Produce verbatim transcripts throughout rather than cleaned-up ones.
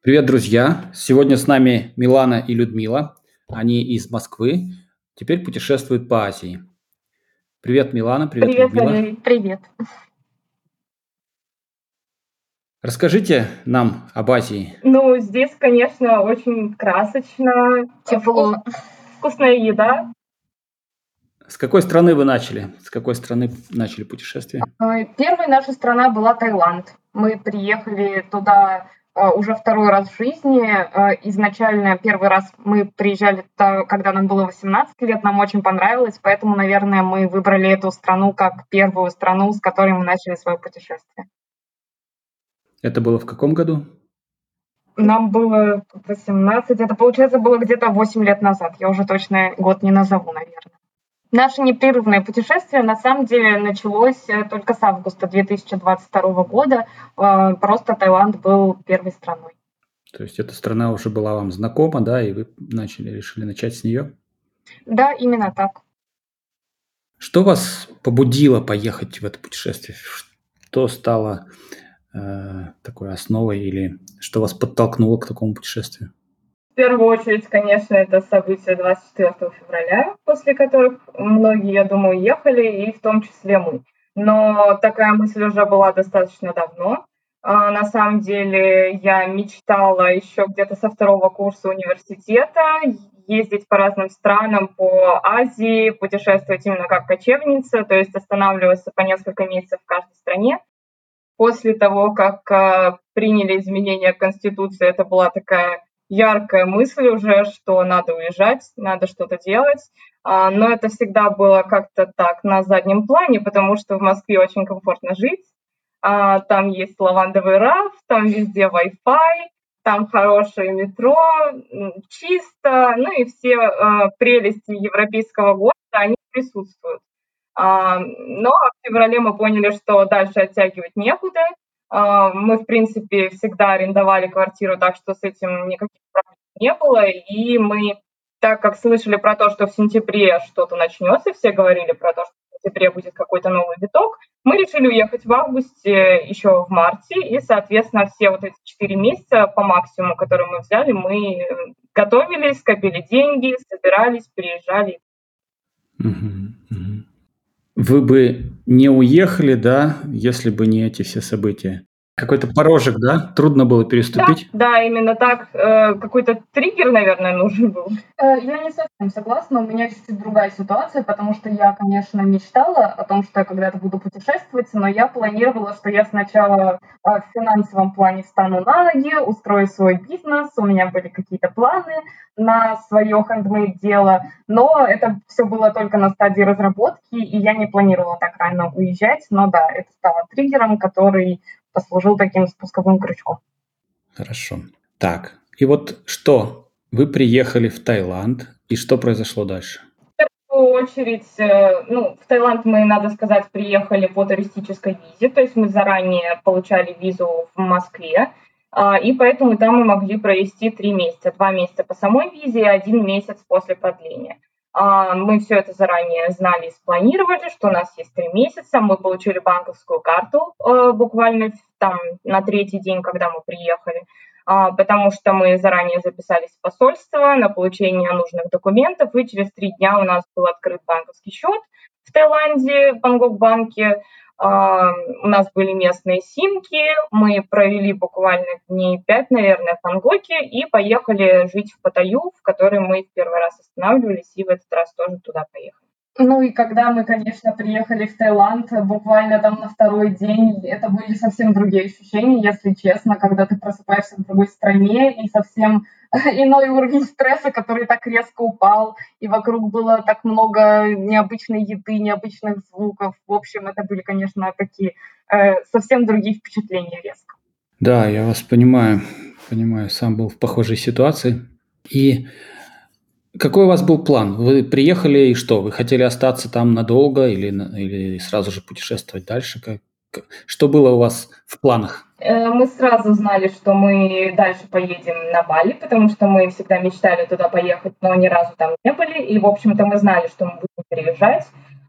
Привет, друзья! Сегодня с нами Милана и Людмила. Они из Москвы. Теперь путешествуют по Азии. Привет, Милана, привет, Привет, Людмила. Валерий, привет. Расскажите нам об Азии. Ну, здесь, конечно, очень красочно, тепло, вкусная еда. С какой страны вы начали? С какой страны начали путешествие? А, первой наша страна была Таиланд. Мы приехали туда, а, уже второй раз в жизни. А, изначально первый раз мы приезжали туда, когда нам было восемнадцать лет, нам очень понравилось, поэтому, наверное, мы выбрали эту страну как первую страну, с которой мы начали свое путешествие. Это было в каком году? Нам было восемнадцать, это, получается, было где-то восемь лет назад. Я уже точно год не назову, наверное. Наше непрерывное путешествие на самом деле началось э, только с августа две тысячи двадцать второго года. Э, Просто Таиланд был первой страной. То есть эта страна уже была вам знакома, да, и вы начали, решили начать с нее? Да, именно так. Что вас побудило поехать в это путешествие? Что стало э, такой основой или что вас подтолкнуло к такому путешествию? В первую очередь, конечно, это события двадцать четвёртого февраля, после которых многие, я думаю, ехали, и в том числе мы. Но такая мысль уже была достаточно давно. А, На самом деле я мечтала еще где-то со второго курса университета ездить по разным странам, по Азии, путешествовать именно как кочевница, то есть останавливаться по несколько месяцев в каждой стране. После того, как а, приняли изменения Конституции, это была такая яркая мысль уже, что надо уезжать, надо что-то делать. А, но это всегда было как-то так на заднем плане, потому что в Москве очень комфортно жить. А, там есть лавандовый раф, там везде Wi-Fi, там хорошее метро, м, чисто, ну и все а, прелести европейского города, они присутствуют. А, но в феврале мы поняли, что дальше оттягивать некуда. А, мы, в принципе, всегда арендовали квартиру, так что с этим никаких проблем не было. И мы, так как слышали про то, что в сентябре что-то начнется, все говорили про то, что в сентябре будет какой-то новый виток, мы решили уехать в августе, еще в марте, и, соответственно, все вот эти четыре месяца по максимуму, которые мы взяли, мы готовились, копили деньги, собирались, переезжали. Мгм, мгм. Вы бы не уехали, да, если бы не эти все события? Какой-то порожек, да, трудно было Да, переступить? да, именно так. Э, какой-то триггер, наверное, нужен был. Э, я не совсем согласна, у меня чуть-чуть другая ситуация, потому что я, конечно, мечтала о том, что я когда-то буду путешествовать, но я планировала, что я сначала а, в финансовом плане встану на ноги, устрою свой бизнес, у меня были какие-то планы на свое хендмейд дело, но это все было только на стадии разработки, и я не планировала так рано уезжать, но да, это стало триггером, который послужил таким спусковым крючком. Хорошо. Так, и вот что? Вы приехали в Таиланд, и что произошло дальше? В первую очередь, э, ну, в Таиланд мы, надо сказать, приехали по туристической визе, то есть мы заранее получали визу в Москве, а, и поэтому там мы могли провести три месяца. Два месяца по самой визе и один месяц после продления. А, Мы все это заранее знали и спланировали, что у нас есть три месяца. Мы получили банковскую карту э, буквально там на третий день, когда мы приехали. А, потому что мы заранее записались в посольство на получение нужных документов, и через три дня у нас был открыт банковский счет в Таиланде, в Бангкок-банке. А, У нас были местные симки, мы провели буквально дней пять, наверное, в Бангкоке и поехали жить в Паттайю, в которой мы в первый раз останавливались, и в этот раз тоже туда поехали. Ну и когда мы, конечно, приехали в Таиланд, буквально там на второй день, это были совсем другие ощущения, если честно, когда ты просыпаешься в другой стране и совсем иной уровень стресса, который так резко упал, и вокруг было так много необычной еды, необычных звуков. В общем, это были, конечно, такие э, совсем другие впечатления резко. Да, я вас понимаю, понимаю, сам был в похожей ситуации. И какой у вас был план? Вы приехали и что? Вы хотели остаться там надолго или, на- или сразу же путешествовать дальше? Как, как- что было у вас в планах? Э, Мы сразу знали, что мы дальше поедем на Бали, потому что мы всегда мечтали туда поехать, но ни разу там не были. И, в общем-то, мы знали, что мы будем переезжать.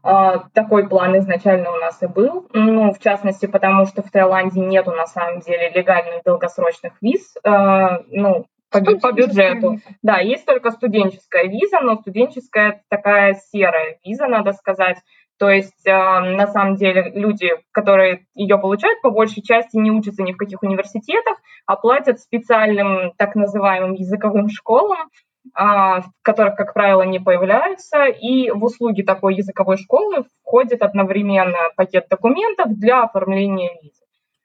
А, Такой план изначально у нас и был. Ну, в частности, потому что в Таиланде нету на самом деле легальных долгосрочных виз, а, ну, по, бю- по бюджету. виза. Да, есть только студенческая виза, но студенческая это такая серая виза, надо сказать. То есть, а, на самом деле, люди, которые ее получают, по большей части не учатся ни в каких университетах, а платят специальным так называемым языковым школам, а, в которых, как правило, не появляются. И в услуги такой языковой школы входит одновременно пакет документов для оформления визы.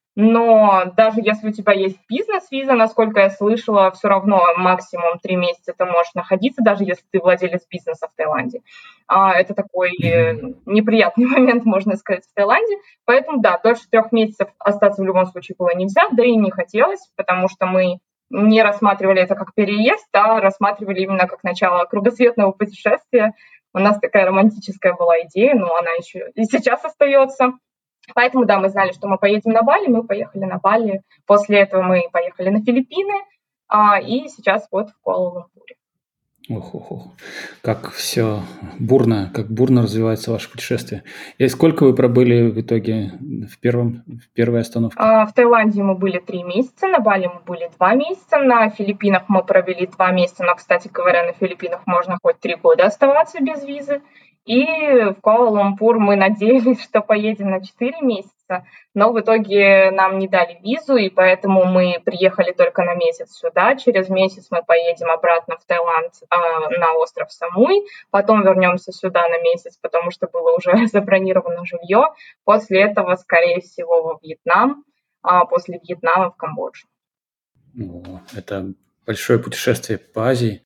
Но даже если у тебя есть бизнес-виза, насколько я слышала, все равно максимум три месяца ты можешь находиться, даже если ты владелец бизнеса в Таиланде. А, Это такой э, Мгм. неприятный момент, можно сказать, в Таиланде. Поэтому, да, дольше трех месяцев остаться в любом случае было нельзя, да и не хотелось, потому что мы не рассматривали это как переезд, а рассматривали именно как начало кругосветного путешествия. У нас такая романтическая была идея, но она еще и сейчас остается. Поэтому, да, мы знали, что мы поедем на Бали, мы поехали на Бали. После этого мы поехали на Филиппины, а, и сейчас вот в Куала-Лумпуре. Ох, ох, ох. Как все бурно, как бурно развивается ваше путешествие. И сколько вы пробыли в итоге в первом, в первой остановке? А, В Таиланде мы были три месяца, на Бали мы были два месяца, на Филиппинах мы провели два месяца, но, кстати говоря, на Филиппинах можно хоть три года оставаться без визы. И в Куала-Лумпур мы надеялись, что поедем на четыре месяца, но в итоге нам не дали визу, и поэтому мы приехали только на месяц сюда. Через месяц мы поедем обратно в Таиланд, а, на остров Самуи, потом вернемся сюда на месяц, потому что было уже забронировано жилье. После этого, скорее всего, во Вьетнам, а после Вьетнама в Камбоджу. О, это большое путешествие по Азии.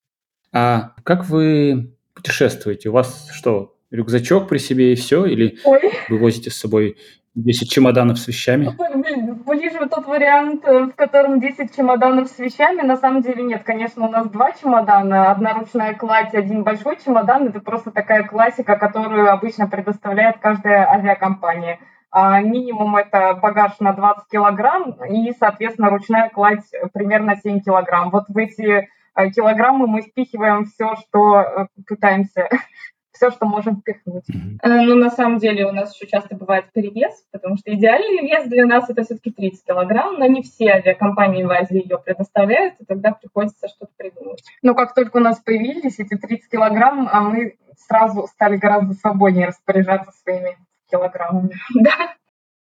А как вы путешествуете? У вас что, рюкзачок при себе и все? Или Ой, вы возите с собой десять чемоданов с вещами? ближе тот вариант, э, в котором десять чемоданов с вещами. На самом деле нет, конечно, у нас два чемодана. Одна ручная кладь, один большой чемодан. Это просто такая классика, которую обычно предоставляет каждая авиакомпания. А минимум это багаж на двадцать килограмм и, соответственно, ручная кладь примерно семь килограмм. Вот в эти э, килограммы мы впихиваем все, что э, пытаемся, все, что можем впихнуть. Мгм. Э, Ну, на самом деле у нас еще часто бывает перевес, потому что идеальный вес для нас это все-таки тридцать килограмм, но не все авиакомпании в Азии ее предоставляют, и тогда приходится что-то придумать. Но как только у нас появились эти тридцать килограмм, а мы сразу стали гораздо свободнее распоряжаться своими килограммами. Да,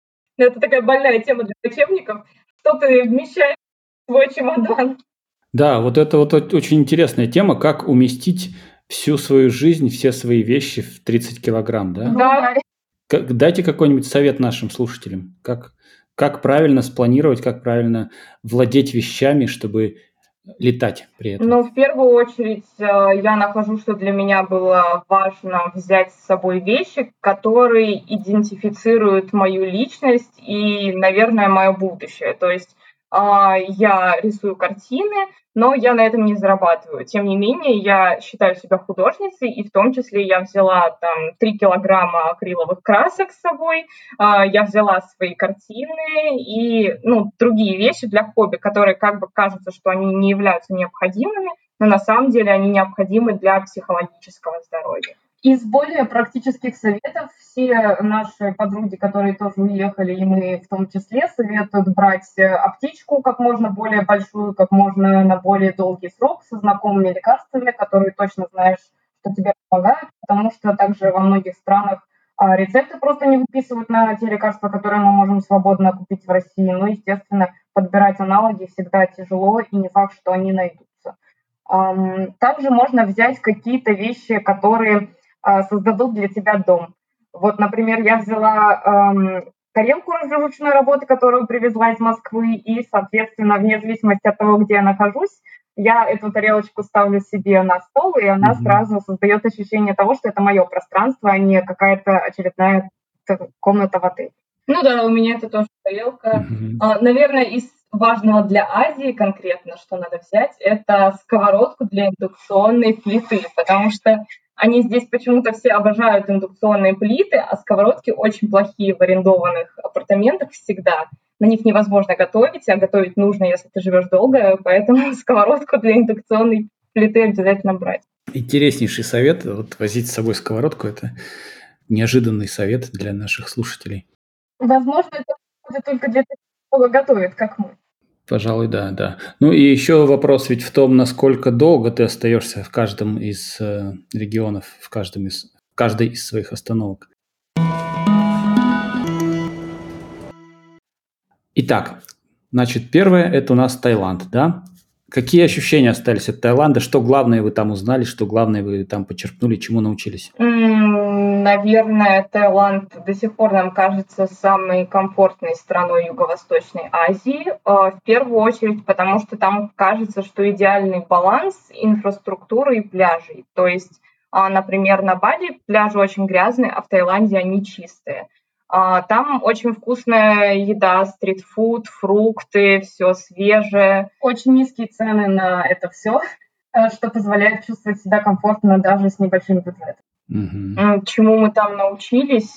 это такая больная тема для учебников. Что ты вмещаешь в свой чемодан? Да, вот это вот о- очень интересная тема, как уместить всю свою жизнь, все свои вещи в тридцать килограмм, да? Да, Как- дайте какой-нибудь совет нашим слушателям, как, как правильно спланировать, как правильно владеть вещами, чтобы летать при этом. Ну, в первую очередь, э, я нахожу, что для меня было важно взять с собой вещи, которые идентифицируют мою личность и, наверное, мое будущее. То есть а, я рисую картины, но я на этом не зарабатываю. Тем не менее, я считаю себя художницей, и в том числе я взяла там три килограмма акриловых красок с собой, а, я взяла свои картины и, ну, другие вещи для хобби, которые как бы кажутся, что они не являются необходимыми, но на самом деле они необходимы для психологического здоровья. Из более практических советов все наши подруги, которые тоже уехали, и мы в том числе, советуют брать э, аптечку как можно более большую, как можно на более долгий срок, со знакомыми лекарствами, которые точно знаешь, что тебе помогают, потому что также во многих странах а, рецепты просто не выписывают на те лекарства, которые мы можем свободно купить в России. Ну, естественно, подбирать аналоги всегда тяжело, и не факт, что они найдутся. Ам, Также можно взять какие-то вещи, которые а, создадут для тебя дом. Вот, например, я взяла ам, тарелку ручной работы, которую привезла из Москвы, и, соответственно, вне зависимости от того, где я нахожусь, я эту тарелочку ставлю себе на стол, и она Мгм. сразу создает ощущение того, что это мое пространство, а не какая-то очередная т- комната в отеле. Ну да, у меня это тоже тарелка. Мгм. А, Наверное, из важного для Азии конкретно, что надо взять, это сковородку для индукционной плиты, потому что они здесь почему-то все обожают индукционные плиты, а сковородки очень плохие в арендованных апартаментах всегда. На них невозможно готовить, а готовить нужно, если ты живешь долго, поэтому сковородку для индукционной плиты обязательно брать. Интереснейший совет, вот возить с собой сковородку, это неожиданный совет для наших слушателей. Возможно, это будет только для тех, кто готовит, как мы. Пожалуй, да, да. Ну и еще вопрос ведь в том, насколько долго ты остаешься в каждом из э, регионов, в каждом из, в каждой из своих остановок. Итак, значит, первое – это у нас Таиланд, да? Какие ощущения остались от Таиланда? Что главное вы там узнали, что главное вы там почерпнули, чему научились? М, Наверное, Таиланд до сих пор нам кажется самой комфортной страной Юго-Восточной Азии. э, В первую очередь, потому что там кажется, что идеальный баланс инфраструктуры и пляжей. То есть, а, например, на Бали пляжи очень грязные, а в Таиланде они чистые. А, Там очень вкусная еда, стритфуд, фрукты, все свежее. Очень низкие цены на это все, что позволяет чувствовать себя комфортно даже с небольшим бюджетом. Мгм. М, Чему мы там научились?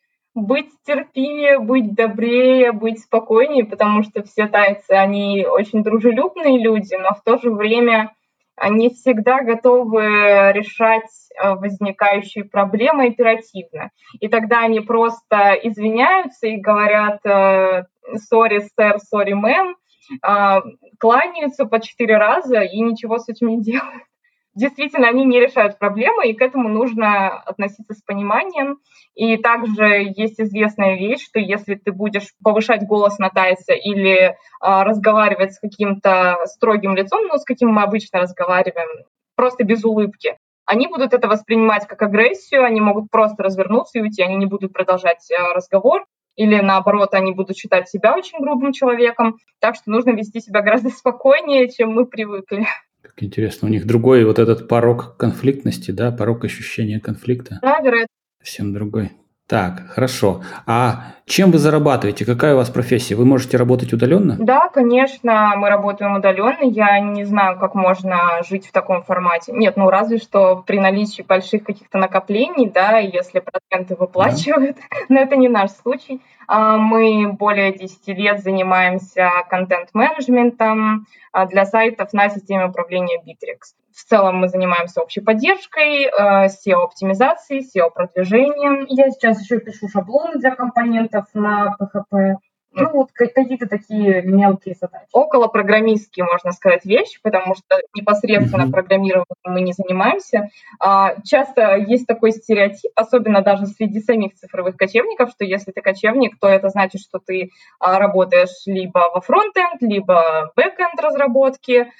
Быть терпимее, быть добрее, быть спокойнее, потому что все тайцы, они очень дружелюбные люди, но в то же время они всегда готовы решать э, возникающие проблемы оперативно. И тогда они просто извиняются и говорят э, «sorry, sir, sorry, ma'am», а, кланяются по четыре раза и ничего с этим не делают. Действительно, они не решают проблемы, и к этому нужно относиться с пониманием. И также есть известная вещь, что если ты будешь повышать голос на тайца или а, разговаривать с каким-то строгим лицом, ну, с каким мы обычно разговариваем, просто без улыбки, они будут это воспринимать как агрессию, они могут просто развернуться и уйти, они не будут продолжать а, разговор, или наоборот, они будут считать себя очень грубым человеком. Так что нужно вести себя гораздо спокойнее, чем мы привыкли. Как интересно, у них другой вот этот порог конфликтности, да, порог ощущения конфликта, Да, вероятно. совсем другой. Так, хорошо. А чем вы зарабатываете? Какая у вас профессия? Вы можете работать удаленно? Да, конечно, мы работаем удаленно. Я не знаю, как можно жить в таком формате. Нет, ну разве что при наличии больших каких-то накоплений, да, если проценты Да. выплачивают, но это не наш случай. А, Мы более десяти лет занимаемся контент-менеджментом а, для сайтов на системе управления Bittrex. В целом мы занимаемся общей поддержкой, э, сео-оптимизацией, сео-продвижением. Я сейчас еще пишу шаблоны для компонентов на пи эйч пи. Ну, вот ка- какие-то такие мелкие задачи. Около программистские, можно сказать, вещи, потому что непосредственно Мгм. программированием мы не занимаемся. А, Часто есть такой стереотип, особенно даже среди самих цифровых кочевников, что если ты кочевник, то это значит, что ты а, работаешь либо во фронт-энд, либо бэк-энд разработки,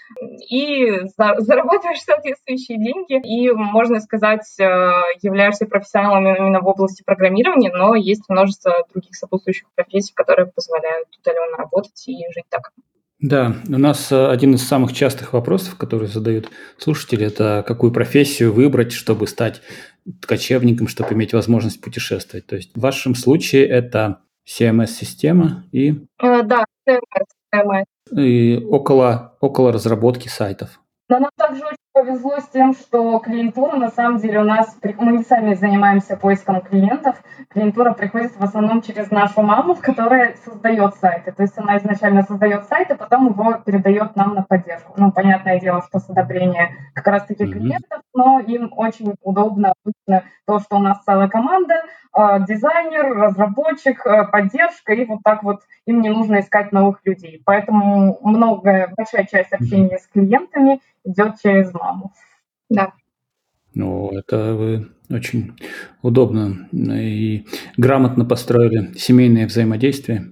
и за- зарабатываешь соответствующие деньги, и, можно сказать, э, являешься профессионалом именно в области программирования, но есть множество других сопутствующих профессий, которые позволяют удаленно работать и жить так. Да, у нас э, один из самых частых вопросов, которые задают слушатели, это какую профессию выбрать, чтобы стать кочевником, чтобы иметь возможность путешествовать. То есть в вашем случае это си эм эс-система и, Э, Да, си эм эс, си эм эс. и около, около разработки сайтов. Но нам также очень повезло с тем, что клиентура, на самом деле, у нас, при- мы не сами занимаемся поиском клиентов, клиентура приходит в основном через нашу маму, которая создает сайты. То есть она изначально создает сайт, а потом его передает нам на поддержку. Ну, понятное дело, что с одобрения как раз-таки Мгм. клиентов, но им очень удобно обычно то, что у нас целая команда, э, дизайнер, разработчик, э, поддержка, и вот так вот им не нужно искать новых людей. Поэтому многое, большая часть Мгм. общения с клиентами идет через маму. Да. Ну, это вы очень удобно и грамотно построили семейное взаимодействие.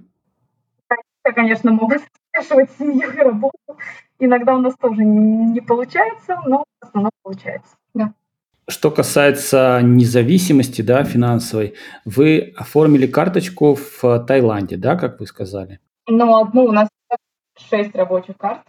Я, конечно, могут смешивать семью и работу. Иногда у нас тоже не получается, но в основном получается. Да. Что касается независимости, да, финансовой, вы оформили карточку в э, Таиланде, да, как вы сказали? Но одну у нас шесть рабочих карт.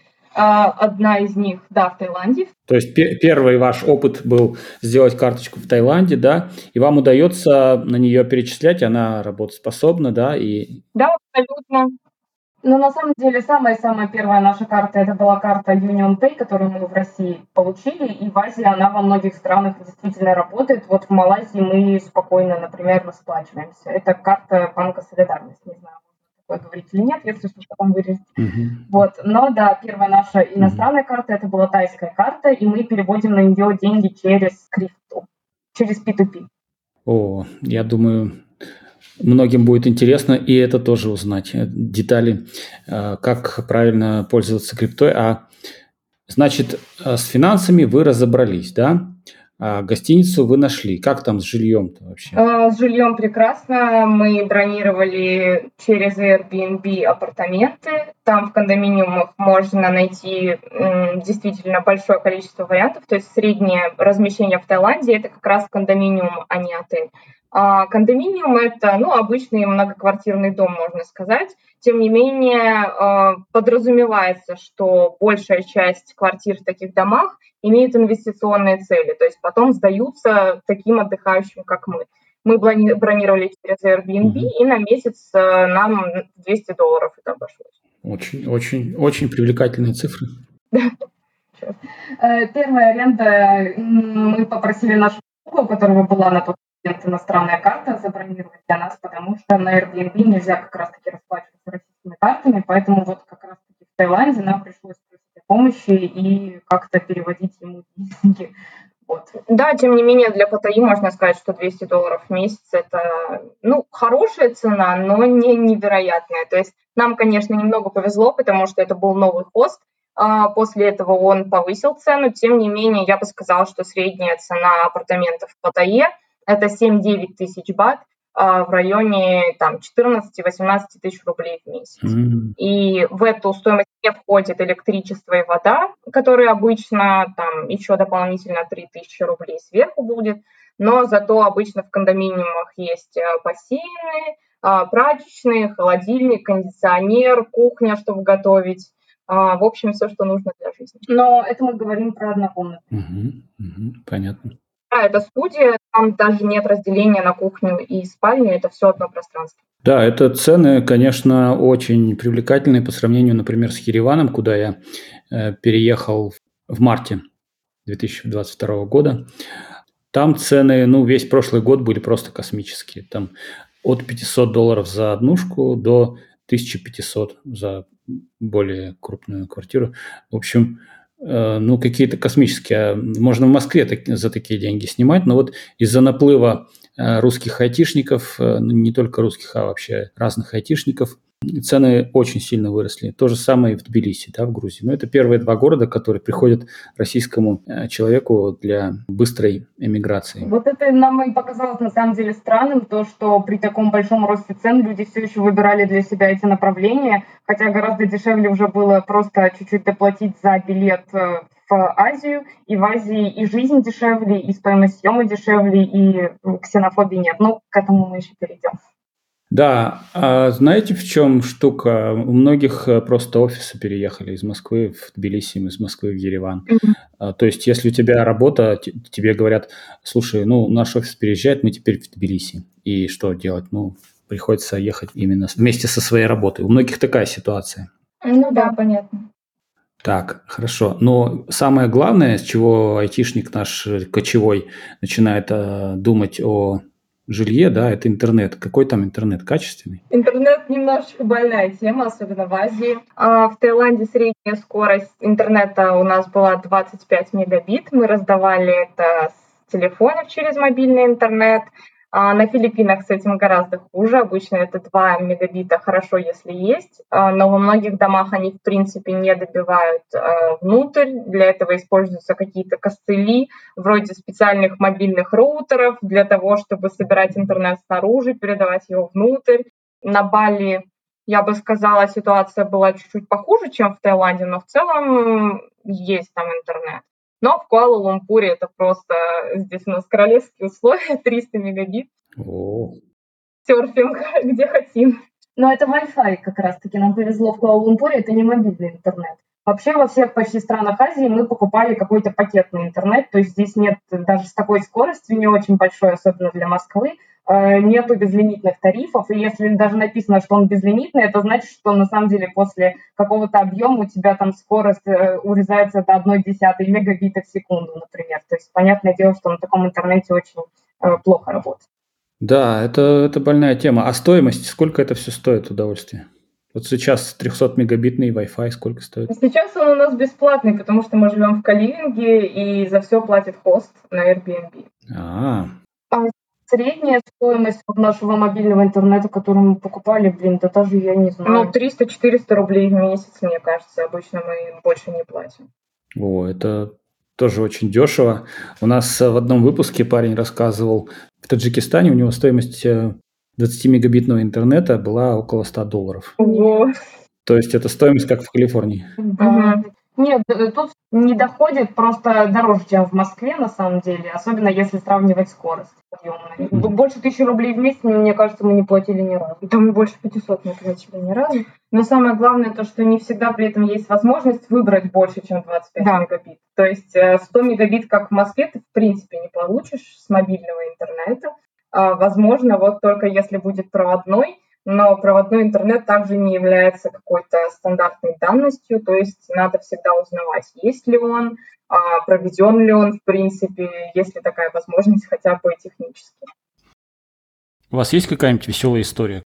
А, Одна из них, да, в Таиланде. То есть пе- первый ваш опыт был сделать карточку в Таиланде, да, и вам удается на нее перечислять, она работоспособна, да, и Да, абсолютно. Но на самом деле самая-самая первая наша карта это была карта UnionPay, которую мы в России получили, и в Азии она во многих странах действительно работает. Вот в Малайзии мы спокойно, например, расплачиваемся. Это карта Банка Солидарность, не знаю, можно такое говорить или нет, если что, потом вырежете. Мгм. Вот, но да, первая наша Мгм. иностранная карта это была тайская карта, и мы переводим на нее деньги через крипту, через пи ту пи. О, я думаю, многим будет интересно и это тоже узнать, э, детали, э, как правильно пользоваться криптой. А значит, э, с финансами вы разобрались, да? А гостиницу вы нашли. Как там с жильем-то вообще? А, с жильем прекрасно. Мы бронировали через Airbnb апартаменты. Там в кондоминиумах можно найти м, действительно большое количество вариантов. То есть среднее размещение в Таиланде это как раз кондоминиум, а не отель. А кондоминиум это ну, обычный многоквартирный дом, можно сказать. Тем не менее, э, подразумевается, что большая часть квартир в таких домах имеют инвестиционные цели, то есть потом сдаются таким отдыхающим, как мы. Мы бронировали через Airbnb, Мгм. и на месяц э, нам двести долларов это обошлось. Очень, очень, очень привлекательные цифры. Э, Первая аренда, м, мы попросили нашу подругу, у которого была на тот момент иностранная карта, забронировать для нас, потому что на Airbnb нельзя как раз-таки расплачиваться российскими картами, поэтому вот как раз-таки в Таиланде нам пришлось просить о помощи и как-то переводить ему деньги. Вот. Да, тем не менее, для Паттайи можно сказать, что двести долларов в месяц это, ну, хорошая цена, но не невероятная. То есть нам, конечно, немного повезло, потому что это был новый хост. А, после этого он повысил цену. Тем не менее, я бы сказала, что средняя цена апартаментов в Паттайе это семь-девять тысяч бат, а, в районе там четырнадцать-восемнадцать тысяч рублей в месяц. М. И в эту стоимость не входит электричество и вода, которые обычно там еще дополнительно три тысячи рублей сверху будет, но зато обычно в кондоминиумах есть э, бассейны, а, прачечные, холодильник, кондиционер, кухня, чтобы готовить. А, В общем, все, что нужно для жизни. Но это мы говорим про однокомнатные. Мгм. Мгм. Понятно. Да, это студия, там даже нет разделения на кухню и спальню, это все одно пространство. Да, это цены, конечно, очень привлекательные по сравнению, например, с Ереваном, куда я э, переехал в марте две тысячи двадцать второго года. Там цены, ну, весь прошлый год были просто космические. Там от пятисот долларов за однушку до тысячи пятисот за более крупную квартиру. В общем, э, ну, какие-то космические. А Можно в Москве так- за такие деньги снимать, но вот из-за наплыва э, русских айтишников, э, ну, не только русских, а вообще разных айтишников, цены очень сильно выросли. То же самое и в Тбилиси, да, в Грузии. Но это первые два города, которые приходят российскому э, человеку для быстрой эмиграции. Вот это нам и показалось на самом деле странным, то, что при таком большом росте цен люди все еще выбирали для себя эти направления, хотя гораздо дешевле уже было просто чуть-чуть доплатить за билет э, в Азию, и в Азии и жизнь дешевле, и стоимость съема дешевле, и м, ксенофобии нет. Ну, к этому мы еще перейдем. Да, а знаете, в чем штука? У многих э, просто офисы переехали из Москвы в Тбилиси, из Москвы в Ереван. Мгм. А, То есть, если у тебя работа, те- тебе говорят, слушай, ну, наш офис переезжает, мы теперь в Тбилиси. И что делать? Ну, приходится ехать именно с- вместе со своей работой. У многих такая ситуация. Ну да, понятно. Так, хорошо. Но самое главное, с чего айтишник наш э, кочевой начинает э, думать о жилье, да, это интернет. Какой там интернет? Качественный? Интернет немножечко больная тема, особенно в Азии. А в Таиланде средняя скорость интернета у нас была двадцать пять мегабит. Мы раздавали это с телефонов через мобильный интернет. А на Филиппинах с этим гораздо хуже. Обычно это два мегабита хорошо, если есть. А, но во многих домах они, в принципе, не добивают а, внутрь. Для этого используются какие-то костыли, вроде специальных мобильных роутеров, для того, чтобы собирать интернет снаружи, передавать его внутрь. На Бали, я бы сказала, ситуация была чуть-чуть похуже, чем в Таиланде, но в целом есть там интернет. Но в Куала-Лумпуре это просто, здесь у нас королевские условия, триста мегабит, О, серфим где хотим. Но это Wi-Fi как раз-таки. Нам повезло в Куала-Лумпуре, это не мобильный интернет. Вообще во всех почти странах Азии мы покупали какой-то пакетный интернет, то есть здесь нет даже с такой скоростью, не очень большой, особенно для Москвы, э, нету безлимитных тарифов, и если даже написано, что он безлимитный, это значит, что на самом деле после какого-то объема у тебя там скорость э, урезается до одной десятой мегабита в секунду, например. То есть понятное дело, что на таком интернете очень э, плохо работает. да, это, это больная тема. А стоимость, сколько это все стоит, удовольствие? Вот сейчас трехсот-мегабитный Wi-Fi сколько стоит? Сейчас он у нас бесплатный, потому что мы живем в коливинге, и за все платит хост на Airbnb. А, А Средняя стоимость вот нашего мобильного интернета, который мы покупали, блин, да даже я не знаю. Ну, триста-четыреста рублей в месяц, мне кажется. Обычно мы больше не платим. О, это тоже очень дешево. У нас э, в одном выпуске парень рассказывал, в Таджикистане у него стоимость э, двадцатимегабитного интернета была около ста долларов. Ого. То есть это стоимость как в Калифорнии. Да. Нет, д- тут не доходит, просто дороже, чем в Москве, на самом деле, особенно если сравнивать скорость подъемной. Мгм. Б- Больше тысячи рублей в месяц, мне кажется, мы не платили ни разу. Да мы больше пятисот не платили ни разу. Но самое главное то, что не всегда при этом есть возможность выбрать больше, чем двадцать пять Да. мегабит. То есть э, сто мегабит, как в Москве, ты в принципе не получишь с мобильного интернета. А, возможно, вот только если будет проводной, но проводной интернет также не является какой-то стандартной данностью, то есть надо всегда узнавать, есть ли он, а, проведен ли он, в принципе, есть ли такая возможность хотя бы технически. У вас есть какая-нибудь веселая история?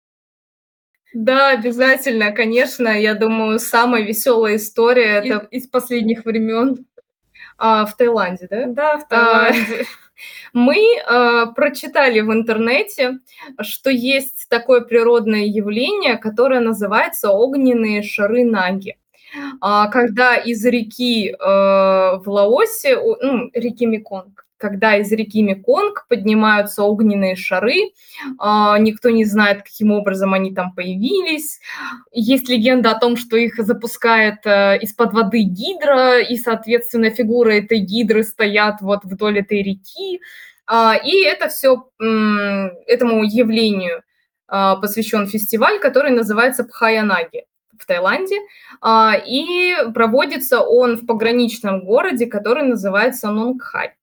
Да, обязательно, конечно. Я думаю, самая веселая история Из, это из последних времен. а, в Таиланде, да? Да, в А, Таиланде. Мы а, прочитали в интернете, что есть такое природное явление, которое называется огненные шары Наги. А, Когда из реки э, в Лаосе, о, ну, реки Меконг, когда из реки Меконг поднимаются огненные шары, а, никто не знает, каким образом они там появились. Есть легенда о том, что их запускает э, из-под воды гидра, и, соответственно, фигуры этой гидры стоят вот вдоль этой реки. А, И это все этому явлению а, посвящен фестиваль, который называется Пхаянаги в Таиланде. А, И проводится он в пограничном городе, который называется Нунгхай.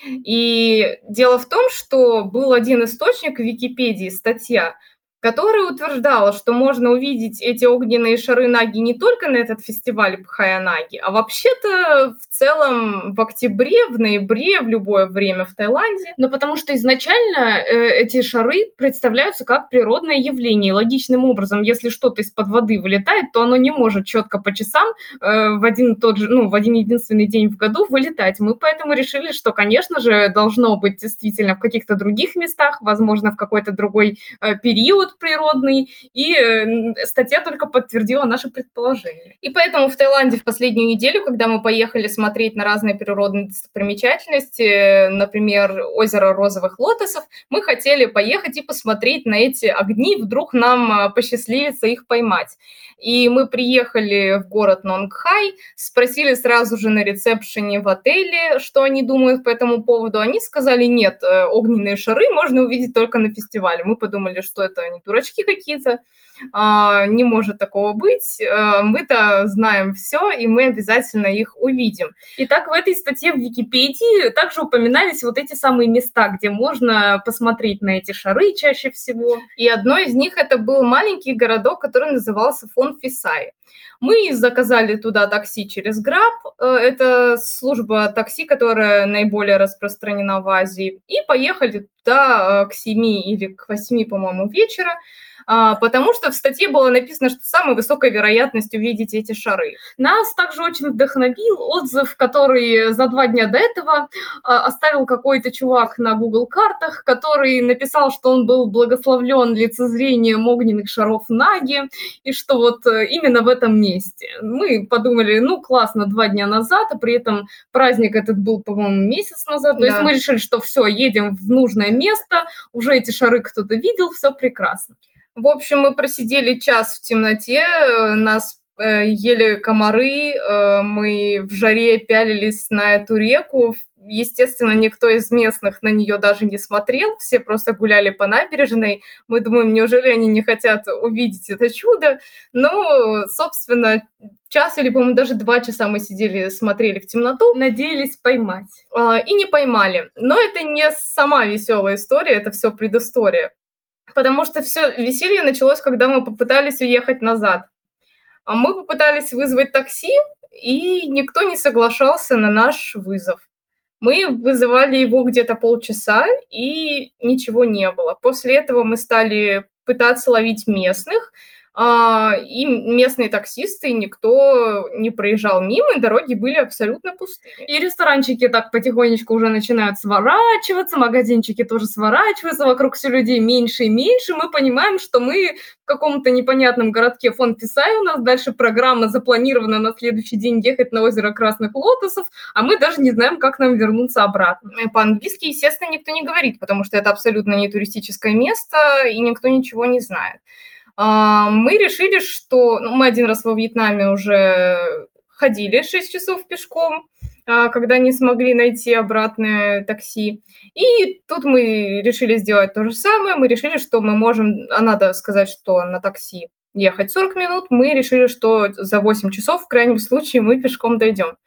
И дело в том, что был один источник в Википедии, статья, которая утверждала, что можно увидеть эти огненные шары Наги не только на этот фестиваль Пхаянаги, а вообще-то в целом в октябре, в ноябре, в любое время в Таиланде. Но потому что изначально э, эти шары представляются как природное явление. И логичным образом, если что-то из-под воды вылетает, то оно не может четко по часам э, в один и тот же, ну, в один единственный день в году вылетать. Мы поэтому решили, что, конечно же, должно быть действительно в каких-то других местах, возможно, в какой-то другой э, период природный, и э, статья только подтвердила наше предположение. И поэтому в Таиланде в последнюю неделю, когда мы поехали смотреть на разные природные достопримечательности, например, озеро Розовых Лотосов, мы хотели поехать и посмотреть на эти огни, вдруг нам посчастливится их поймать. И мы приехали в город Нонгхай, спросили сразу же на ресепшене в отеле, что они думают по этому поводу. Они сказали, нет, огненные шары можно увидеть только на фестивале. Мы подумали, что это они дурачки какие-то, не может такого быть. Мы-то знаем все, и мы обязательно их увидим. Итак, в этой статье в Википедии также упоминались вот эти самые места, где можно посмотреть на эти шары чаще всего. И одно из них это был маленький городок, который назывался Фон Фисай. Мы заказали туда такси через Grab, это служба такси, которая наиболее распространена в Азии, и поехали туда к семи или к восьми, по-моему, вечера, потому что в статье было написано, что самая высокая вероятность увидеть эти шары. Нас также очень вдохновил отзыв, который за два дня до этого оставил какой-то чувак на Google картах, который написал, что он был благословлен лицезрением огненных шаров Наги, и что вот именно в этом месте. Мы подумали, ну классно, два дня назад, а при этом праздник этот был, по-моему, месяц назад, то да. есть мы решили, что все, едем в нужное место, уже эти шары кто-то видел, все прекрасно. В общем, мы просидели час в темноте, нас э, ели комары, э, мы в жаре пялились на эту реку. Естественно, никто из местных на нее даже не смотрел, все просто гуляли по набережной. Мы думаем, неужели они не хотят увидеть это чудо? Ну, собственно, час или, по-моему, даже два часа мы сидели, смотрели в темноту, надеялись поймать. Э, и не поймали. Но это не сама веселая история, это все предыстория. Потому что все веселье началось, когда мы попытались уехать назад. А мы попытались вызвать такси, и никто не соглашался на наш вызов. Мы вызывали его где-то полчаса, и ничего не было. После этого мы стали пытаться ловить местных. а, и местные таксисты, никто не проезжал мимо, и дороги были абсолютно пустые. И ресторанчики так потихонечку уже начинают сворачиваться, магазинчики тоже сворачиваются, вокруг все людей меньше и меньше. Мы понимаем, что мы в каком-то непонятном городке Фон-Писай, у нас дальше программа запланирована на следующий день ехать на озеро Красных Лотосов, а мы даже не знаем, как нам вернуться обратно. По-английски, естественно, никто не говорит, потому что это абсолютно не туристическое место, и никто ничего не знает. Мы решили, что... Ну, мы один раз во Вьетнаме уже ходили шесть часов пешком, когда не смогли найти обратное такси. И тут мы решили сделать то же самое. Мы решили, что мы можем... А надо сказать, что на такси ехать сорок минут. Мы решили, что за восемь часов, в крайнем случае, мы пешком дойдем.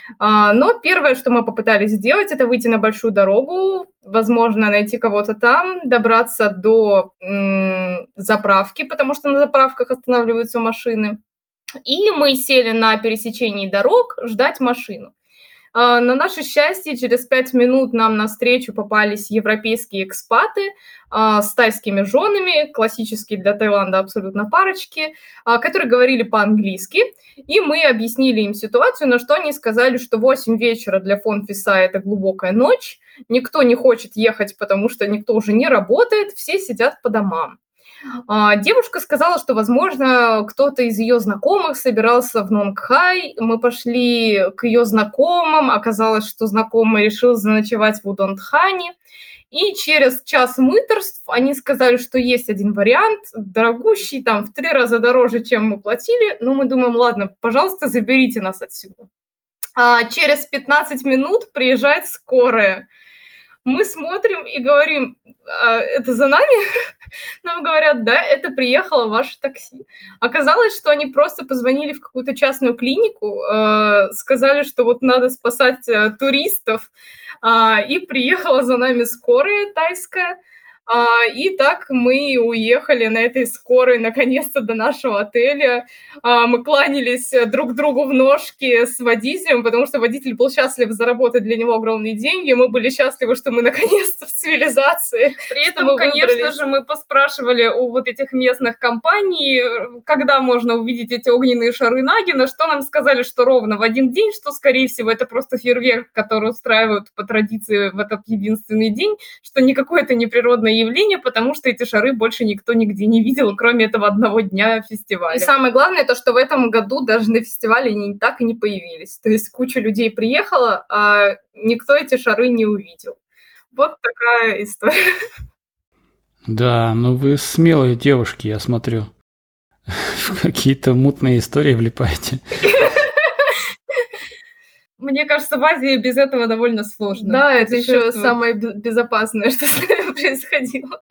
Но первое, что мы попытались сделать, это выйти на большую дорогу, возможно, найти кого-то там, добраться до м, заправки, потому что на заправках останавливаются машины. И мы сели на пересечении дорог ждать машину. На наше счастье, через пять минут нам навстречу попались европейские экспаты с тайскими женами, классические для Таиланда абсолютно парочки, которые говорили по-английски. И мы объяснили им ситуацию, на что они сказали, что восемь вечера для Фон-Писай – это глубокая ночь, никто не хочет ехать, потому что никто уже не работает, все сидят по домам. Девушка сказала, что, возможно, кто-то из ее знакомых собирался в Нонг-Хай. Мы пошли к ее знакомым. Оказалось, что знакомый решил заночевать в Удон-Тхане. И через час мытарств они сказали, что есть один вариант, дорогущий, там в три раза дороже, чем мы платили. Но мы думаем, ладно, пожалуйста, заберите нас отсюда. А через пятнадцать минут приезжает скорая. Мы смотрим и говорим, это за нами? Нам говорят, да, это приехало ваше такси. Оказалось, что они просто позвонили в какую-то частную клинику, сказали, что вот надо спасать туристов, и приехала за нами скорая тайская. И так мы уехали на этой скорой наконец-то до нашего отеля. Мы кланялись друг другу в ножки с водителем, потому что водитель был счастлив заработать для него огромные деньги. Мы были счастливы, что мы наконец-то в цивилизации. При этом, мы конечно выбрались... же, мы поспрашивали у вот этих местных компаний, когда можно увидеть эти огненные шары Наги, на что нам сказали, что ровно в один день, что, скорее всего, это просто фейерверк, который устраивают по традиции в этот единственный день, что никакое это не природное явление, потому что эти шары больше никто нигде не видел, кроме этого одного дня фестиваля. И самое главное, то, что в этом году даже на фестивале они так и не появились. То есть куча людей приехала, а никто эти шары не увидел. Вот такая история. Да, ну вы смелые девушки, я смотрю. В какие-то мутные истории влипаете. Мне кажется, в Азии без этого довольно сложно. Да, это еще самое безопасное, что с нами происходило.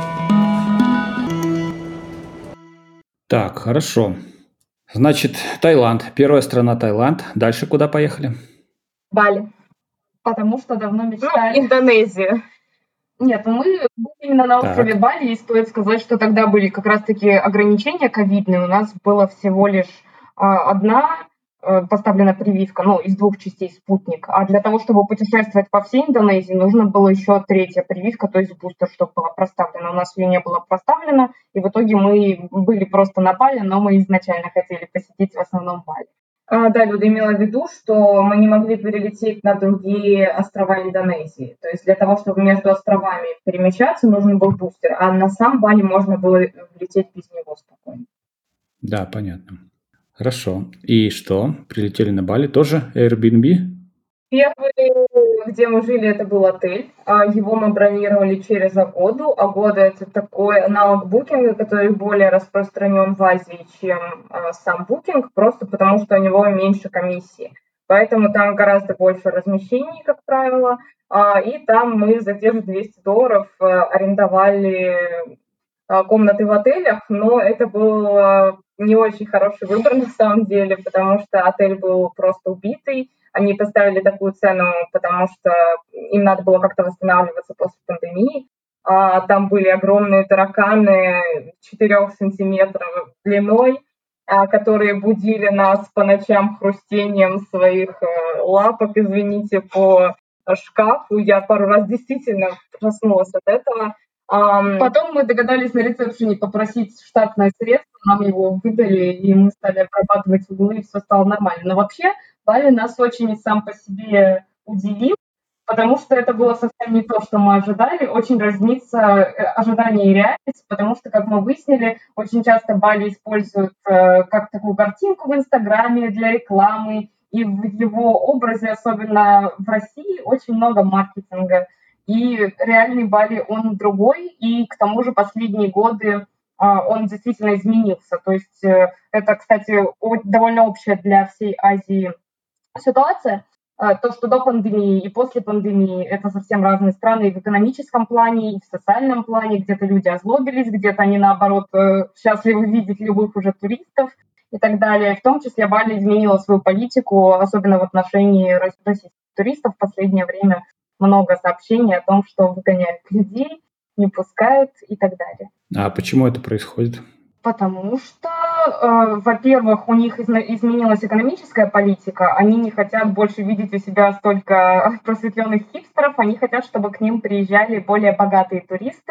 Так, хорошо. Значит, Таиланд. Первая страна Таиланд. Дальше куда поехали? Бали. Потому что давно мечтали. Ну, Индонезия. Нет, мы были именно на острове так. Бали, и стоит сказать, что тогда были как раз-таки ограничения ковидные. У нас было всего лишь а, одна поставлена прививка, ну, из двух частей спутник. А для того, чтобы путешествовать по всей Индонезии, нужно было еще третья прививка, то есть бустер, чтобы была проставлена. У нас ее не было проставлено, и в итоге мы были просто на Бали, но мы изначально хотели посетить в основном Бали. А, да, Люда имела в виду, что мы не могли перелететь на другие острова Индонезии. То есть для того, чтобы между островами перемещаться, нужен был бустер, а на сам Бали можно было лететь без него спокойно. Да, понятно. Хорошо. И что? Прилетели на Бали тоже? Airbnb? Первый, где мы жили, это был отель. Его мы бронировали через Agoda. Agoda – это такой аналог букинга, который более распространен в Азии, чем сам букинг, просто потому что у него меньше комиссии. Поэтому там гораздо больше размещений, как правило. И там мы за те же двести долларов арендовали комнаты в отелях, но это был не очень хороший выбор на самом деле, потому что отель был просто убитый. Они поставили такую цену, потому что им надо было как-то восстанавливаться после пандемии. А там были огромные тараканы четырех сантиметров длиной, а, которые будили нас по ночам хрустением своих а, лапок, извините, по шкафу. Я пару раз действительно проснулась от этого. Ам, Потом мы догадались на ресепшене попросить штатное средство, нам его выдали, и мы стали обрабатывать углы, и все стало нормально. Но вообще Бали нас очень сам по себе удивил, потому что это было совсем не то, что мы ожидали. Очень разнится э, ожидание и реальность, потому что, как мы выяснили, очень часто Бали используют э, как такую картинку в Инстаграме для рекламы, и в его образе, особенно в России, очень много маркетинга. И реальный Бали, он другой, и к тому же последние годы а, он действительно изменился. То есть э, это, кстати, о- довольно общая для всей Азии ситуация. А, То, что до пандемии и после пандемии это совсем разные страны и в экономическом плане, и в социальном плане. Где-то люди озлобились, где-то они, наоборот, э, счастливы видеть любых уже туристов и так далее. В том числе Бали изменила свою политику, особенно в отношении рос- российских туристов в последнее время много сообщений о том, что выгоняют людей, не пускают и так далее. А почему это происходит? Потому что, э, во-первых, у них изна- изменилась экономическая политика, они не хотят больше видеть у себя столько просветленных хипстеров, они хотят, чтобы к ним приезжали более богатые туристы,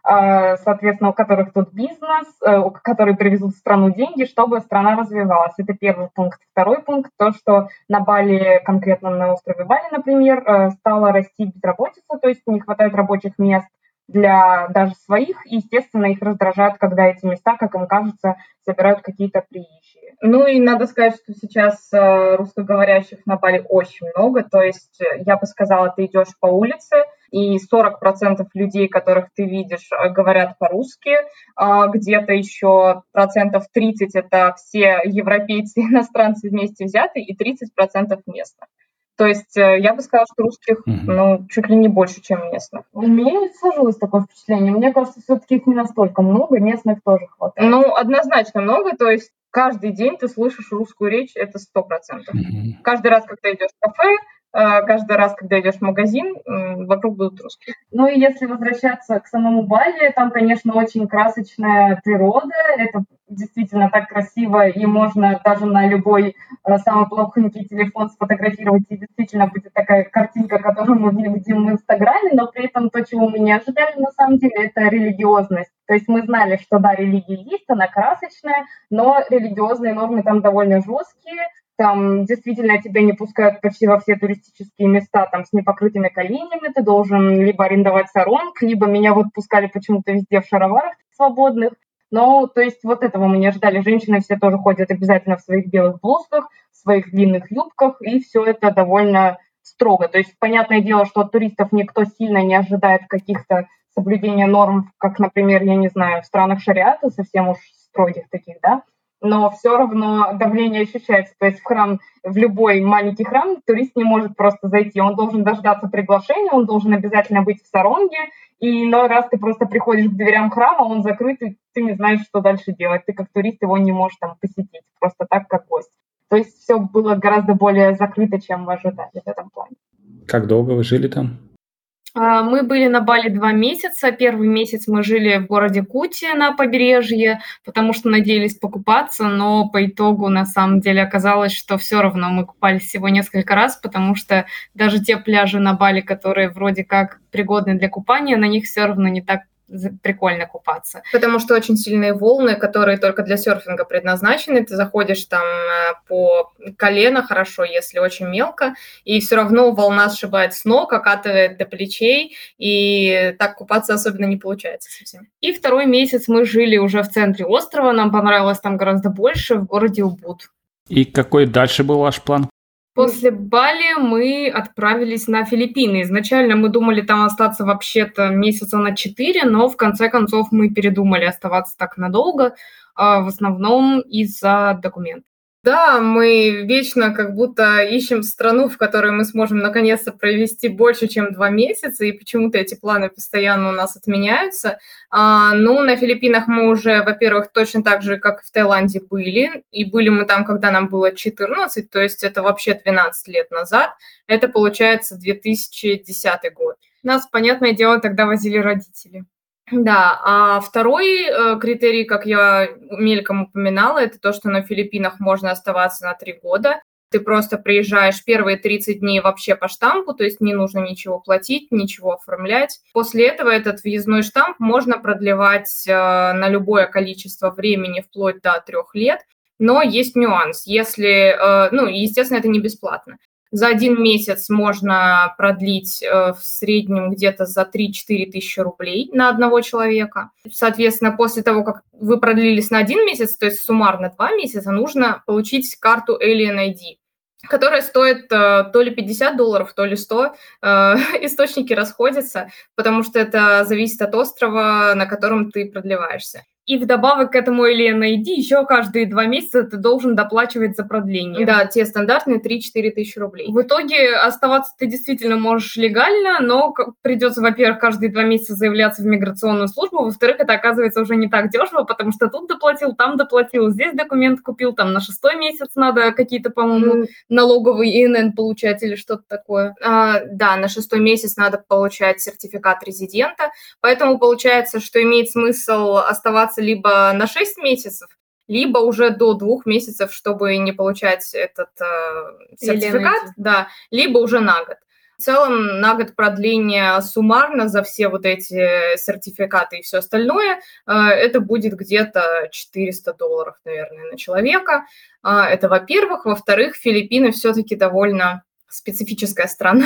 э, соответственно, у которых тут бизнес, э, у- которые привезут в страну деньги, чтобы страна развивалась. Это первый пункт. Второй пункт, то, что на Бали, конкретно на острове Бали, например, э, стала расти безработица, то есть не хватает рабочих мест для даже своих, и, естественно, их раздражает, когда эти места, как им кажется, забирают какие-то приезжие. Ну и надо сказать, что сейчас э, русскоговорящих на Бали очень много, то есть э, я бы сказала, ты идешь по улице, и сорок процентов людей, которых ты видишь, э, говорят по-русски, а где-то еще процентов тридцать это все европейцы и иностранцы вместе взятые, и тридцать процентов местных. То есть э, я бы сказала, что русских, Мгм. ну, чуть ли не больше, чем местных. У меня не сложилось такое впечатление. Мне кажется, все-таки их не настолько много, местных тоже хватает. Ну, однозначно много, то есть каждый день ты слышишь русскую речь, это сто процентов. Мгм. Каждый раз, когда идешь в кафе, э, каждый раз, когда идешь в магазин, м, вокруг будут русские. Ну и если возвращаться к самому Бали, там, конечно, очень красочная природа, это действительно так красиво, и можно даже на любой э, самый плохонький телефон сфотографировать, и действительно будет такая картинка, которую мы видим в Инстаграме, но при этом то, чего мы не ожидали, на самом деле, это религиозность. То есть мы знали, что да, религия есть, она красочная, но религиозные нормы там довольно жесткие, там действительно тебя не пускают почти во все туристические места там с непокрытыми коленями, ты должен либо арендовать саронг, либо меня вот пускали почему-то везде в шароварах свободных. Ну, то есть вот этого мы не ожидали. Женщины все тоже ходят обязательно в своих белых блузках, в своих длинных юбках, и все это довольно строго. То есть понятное дело, что от туристов никто сильно не ожидает каких-то соблюдения норм, как, например, я не знаю, в странах шариата, совсем уж строгих таких, да, но все равно давление ощущается. То есть в храм, в любой маленький храм турист не может просто зайти, он должен дождаться приглашения, он должен обязательно быть в саронге, и иной раз ты просто приходишь к дверям храма, он закрыт, и ты не знаешь, что дальше делать. Ты как турист его не можешь там посетить, просто так, как гость. То есть все было гораздо более закрыто, чем мы ожидали в этом плане. Как долго вы жили там? А, Мы были на Бали два месяца. Первый месяц мы жили в городе Кути на побережье, потому что надеялись покупаться, но по итогу на самом деле оказалось, что все равно мы купались всего несколько раз, потому что даже те пляжи на Бали, которые вроде как пригодны для купания, на них все равно не так за- прикольно купаться. Потому что очень сильные волны, которые только для серфинга предназначены. Ты заходишь там э, по колено хорошо, если очень мелко, и все равно волна сшибает с ног, окатывает до плечей, и так купаться особенно не получается совсем. И второй месяц мы жили уже в центре острова, нам понравилось там гораздо больше, в городе Убуд. И какой дальше был ваш план? После Бали мы отправились на Филиппины. Изначально мы думали там остаться вообще-то месяца на четыре, но в конце концов мы передумали оставаться так надолго, а, в основном из-за документов. Да, мы вечно как будто ищем страну, в которой мы сможем наконец-то провести больше, чем два месяца, и почему-то эти планы постоянно у нас отменяются. А, ну, на Филиппинах мы уже, во-первых, точно так же, как и в Таиланде были, и были мы там, когда нам было четырнадцать, то есть это вообще двенадцать лет назад, это получается две тысячи десятый год. Нас, понятное дело, тогда возили родители. Да, а второй э, критерий, как я мельком упоминала, это то, что на Филиппинах можно оставаться на три года. Ты просто приезжаешь первые тридцать дней вообще по штампу, то есть не нужно ничего платить, ничего оформлять. После этого этот въездной штамп можно продлевать э, на любое количество времени, вплоть до трех лет. Но есть нюанс. Если, э, ну, естественно, это не бесплатно. За один месяц можно продлить э, в среднем где-то за три-четыре тысячи рублей на одного человека. Соответственно, после того, как вы продлились на один месяц, то есть суммарно два месяца, нужно получить карту Alien ай ди, которая стоит э, то ли пятьдесят долларов, то ли сто. Э, источники расходятся, потому что это зависит от острова, на котором ты продлеваешься. И вдобавок к этому Alien ай ди еще каждые два месяца ты должен доплачивать за продление. Да, те стандартные три-четыре тысячи рублей. В итоге оставаться ты действительно можешь легально, но придется, во-первых, каждые два месяца заявляться в миграционную службу, во-вторых, это оказывается уже не так дешево, потому что тут доплатил, там доплатил, здесь документ купил, там на шестой месяц надо какие-то, по-моему, налоговый и эн эн получать или что-то такое. А, да, на шестой месяц надо получать сертификат резидента, поэтому получается, что имеет смысл оставаться либо на шесть месяцев, либо уже до двух месяцев, чтобы не получать этот э, сертификат, да, либо уже на год. В целом на год продление суммарно за все вот эти сертификаты и все остальное, э, это будет где-то четыреста долларов, наверное, на человека. Э, это, во-первых. Во-вторых, Филиппины все-таки довольно специфическая страна.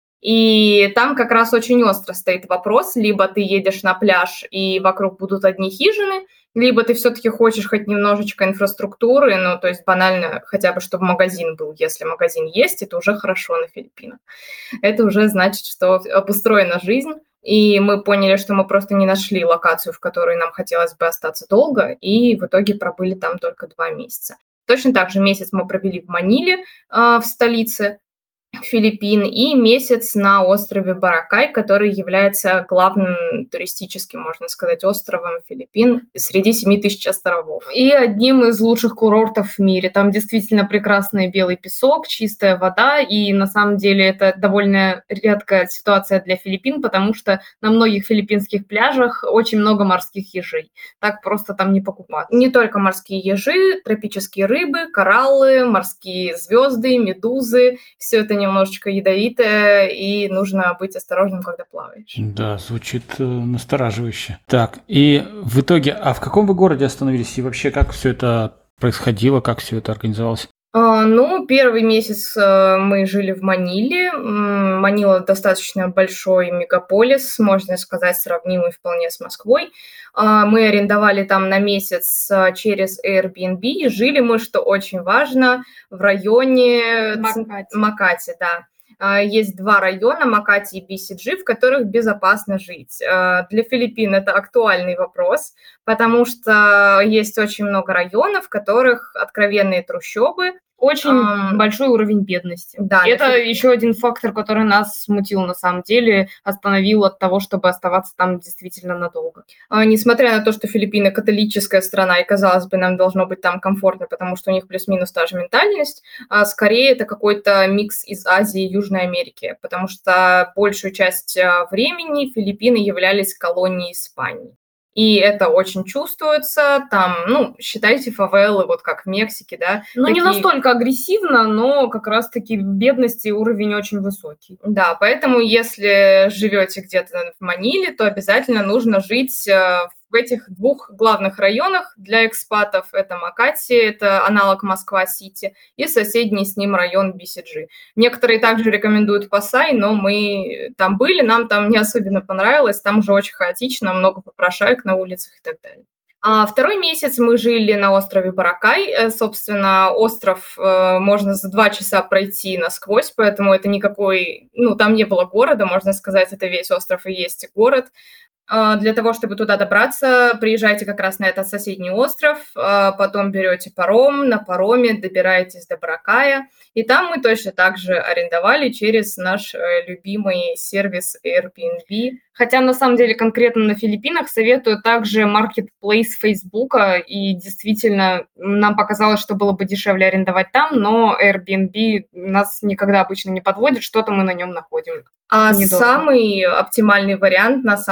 И там как раз очень остро стоит вопрос, либо ты едешь на пляж, и вокруг будут одни хижины, либо ты все-таки хочешь хоть немножечко инфраструктуры, ну, то есть банально хотя бы, чтобы магазин был. Если магазин есть, это уже хорошо на Филиппинах. Это уже значит, что обустроена жизнь, и мы поняли, что мы просто не нашли локацию, в которой нам хотелось бы остаться долго, и в итоге пробыли там только два месяца. Точно так же месяц мы провели в Маниле, в столице Филиппин, и месяц на острове Боракай, который является главным туристическим, можно сказать, островом Филиппин среди семи тысяч островов. И одним из лучших курортов в мире. Там действительно прекрасный белый песок, чистая вода, и на самом деле это довольно редкая ситуация для Филиппин, потому что на многих филиппинских пляжах очень много морских ежей. Так просто там не покупать. Не только морские ежи, тропические рыбы, кораллы, морские звезды, медузы. Все это немножечко ядовитое, и нужно быть осторожным, когда плаваешь. Да, звучит э, настораживающе. Так, и в итоге, а в каком вы городе остановились? И вообще, как все это происходило, как все это организовалось? А, ну, первый месяц э, мы жили в Маниле. М, Манила достаточно большой мегаполис, можно сказать, сравнимый вполне с Москвой. А, мы арендовали там на месяц э, через Airbnb, и жили мы, что очень важно, в районе Макати. Макати, да. А, Есть два района, Макати и би си джи, в которых безопасно жить. А, Для Филиппин это актуальный вопрос, потому что есть очень много районов, в которых откровенные трущобы. Очень Ам, большой уровень бедности. Да, на Это Фи- еще один фактор, который нас смутил на самом деле, остановил от того, чтобы оставаться там действительно надолго. а, несмотря на то, что Филиппины католическая страна, и, казалось бы, нам должно быть там комфортно, потому что у них плюс-минус та же ментальность, а скорее это какой-то микс из Азии и Южной Америки, потому что большую часть а, времени Филиппины являлись колонией Испании. И это очень чувствуется, там, ну, считайте фавелы, вот как в Мексике, да. Ну, не такие- настолько агрессивно, но как раз-таки бедности уровень очень высокий. Да, поэтому если живете где-то в Маниле, то обязательно нужно жить э, в этих двух главных районах для экспатов. Это Макати, это аналог Москва-Сити, и соседний с ним район би си джи. Некоторые также рекомендуют Пасай, но мы там были, нам там не особенно понравилось, там уже очень хаотично, много попрошаек на улицах и так далее. А второй месяц мы жили на острове Боракай. Э, Собственно, остров э, можно за два часа пройти насквозь, поэтому это никакой, ну, там не было города, можно сказать, это весь остров и есть город. А, Для того, чтобы туда добраться, приезжайте как раз на этот соседний остров, а, потом берете паром, на пароме добираетесь до Боракая, и там мы точно так же арендовали через наш э, любимый сервис Airbnb. Хотя, на самом деле, конкретно на Филиппинах советую также Marketplace Фейсбука, и действительно нам показалось, что было бы дешевле арендовать там, но Airbnb нас никогда обычно не подводит, что-то мы на нем находим. А Недорого. самый оптимальный вариант, на самом деле,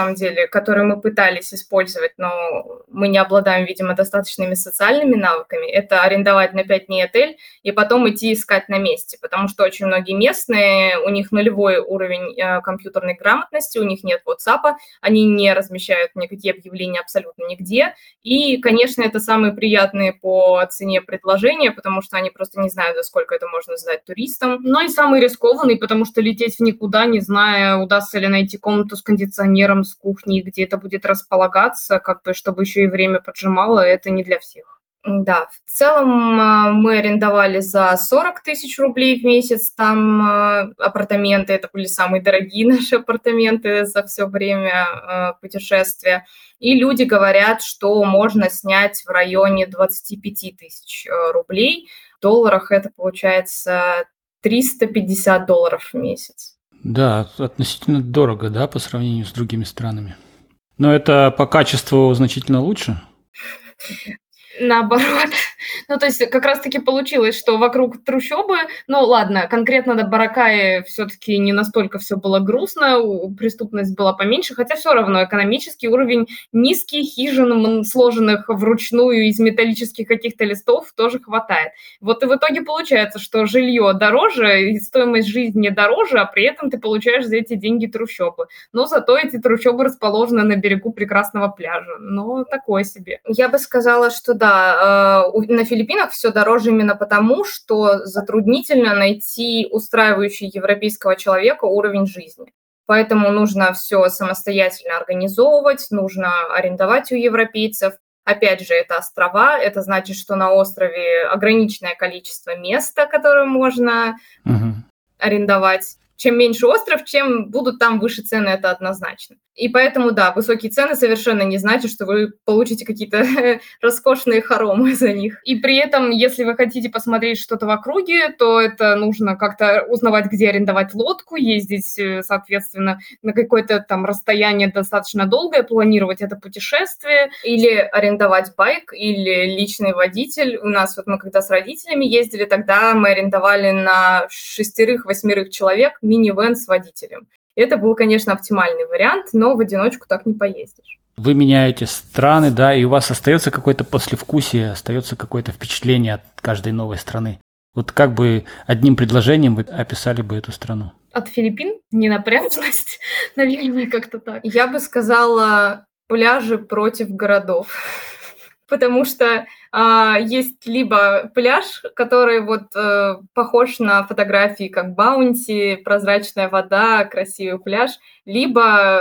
навыки, которые мы пытались использовать, но мы не обладаем, видимо, достаточными социальными навыками, это арендовать на пять дней отель и потом идти искать на месте, потому что очень многие местные, у них нулевой уровень э, компьютерной грамотности, у них нет WhatsApp, они не размещают никакие объявления абсолютно нигде, и, конечно, это самые приятные по цене предложения, потому что они просто не знают, за сколько это можно сдать туристам, но и самый рискованный, потому что лететь в никуда, не зная, удастся ли найти комнату с кондиционером, с кухней, где это будет располагаться, как бы, чтобы еще и время поджимало, это не для всех. Да, в целом а, мы арендовали за сорок тысяч рублей в месяц там а, апартаменты, это были самые дорогие наши апартаменты за все время а, путешествия. И люди говорят, что можно снять в районе двадцать пять тысяч а, рублей. В долларах это получается триста пятьдесят долларов в месяц. Да, относительно дорого, да, по сравнению с другими странами. Но это по качеству значительно лучше? Наоборот. Ну, то есть как раз-таки получилось, что вокруг трущобы, ну, ладно, конкретно до Баракаи все-таки не настолько все было грустно, преступность была поменьше, хотя все равно экономический уровень низкий, хижин, сложенных вручную из металлических каких-то листов, тоже хватает. Вот и в итоге получается, что жилье дороже, и стоимость жизни дороже, а при этом ты получаешь за эти деньги трущобы. Но зато эти трущобы расположены на берегу прекрасного пляжа. Ну, такое себе. Я бы сказала, что да, Да, на Филиппинах все дороже именно потому, что затруднительно найти устраивающий европейского человека уровень жизни. Поэтому нужно все самостоятельно организовывать, нужно арендовать у европейцев. Опять же, это острова, это значит, что на острове ограниченное количество места, которое можно угу. арендовать. Чем меньше остров, чем будут там выше цены, это однозначно. И поэтому, да, высокие цены совершенно не значат, что вы получите какие-то роскошные хоромы за них. И при этом, если вы хотите посмотреть что-то в округе, то это нужно как-то узнавать, где арендовать лодку, ездить, соответственно, на какое-то там расстояние достаточно долгое, планировать это путешествие. Или арендовать байк, или личный водитель. У нас вот мы когда с родителями ездили, тогда мы арендовали на шестерых-восьмерых человек мини-вэн с водителем. Это был, конечно, оптимальный вариант, но в одиночку так не поездишь. Вы меняете страны, да, и у вас остается какое-то послевкусие, остается какое-то впечатление от каждой новой страны. Вот как бы одним предложением вы описали бы эту страну? От Филиппин? Ненапряженность? Наверное, как-то так. Я бы сказала, пляжи против городов. Потому что а, есть либо пляж, который вот а, похож на фотографии, как Баунти, прозрачная вода, красивый пляж, либо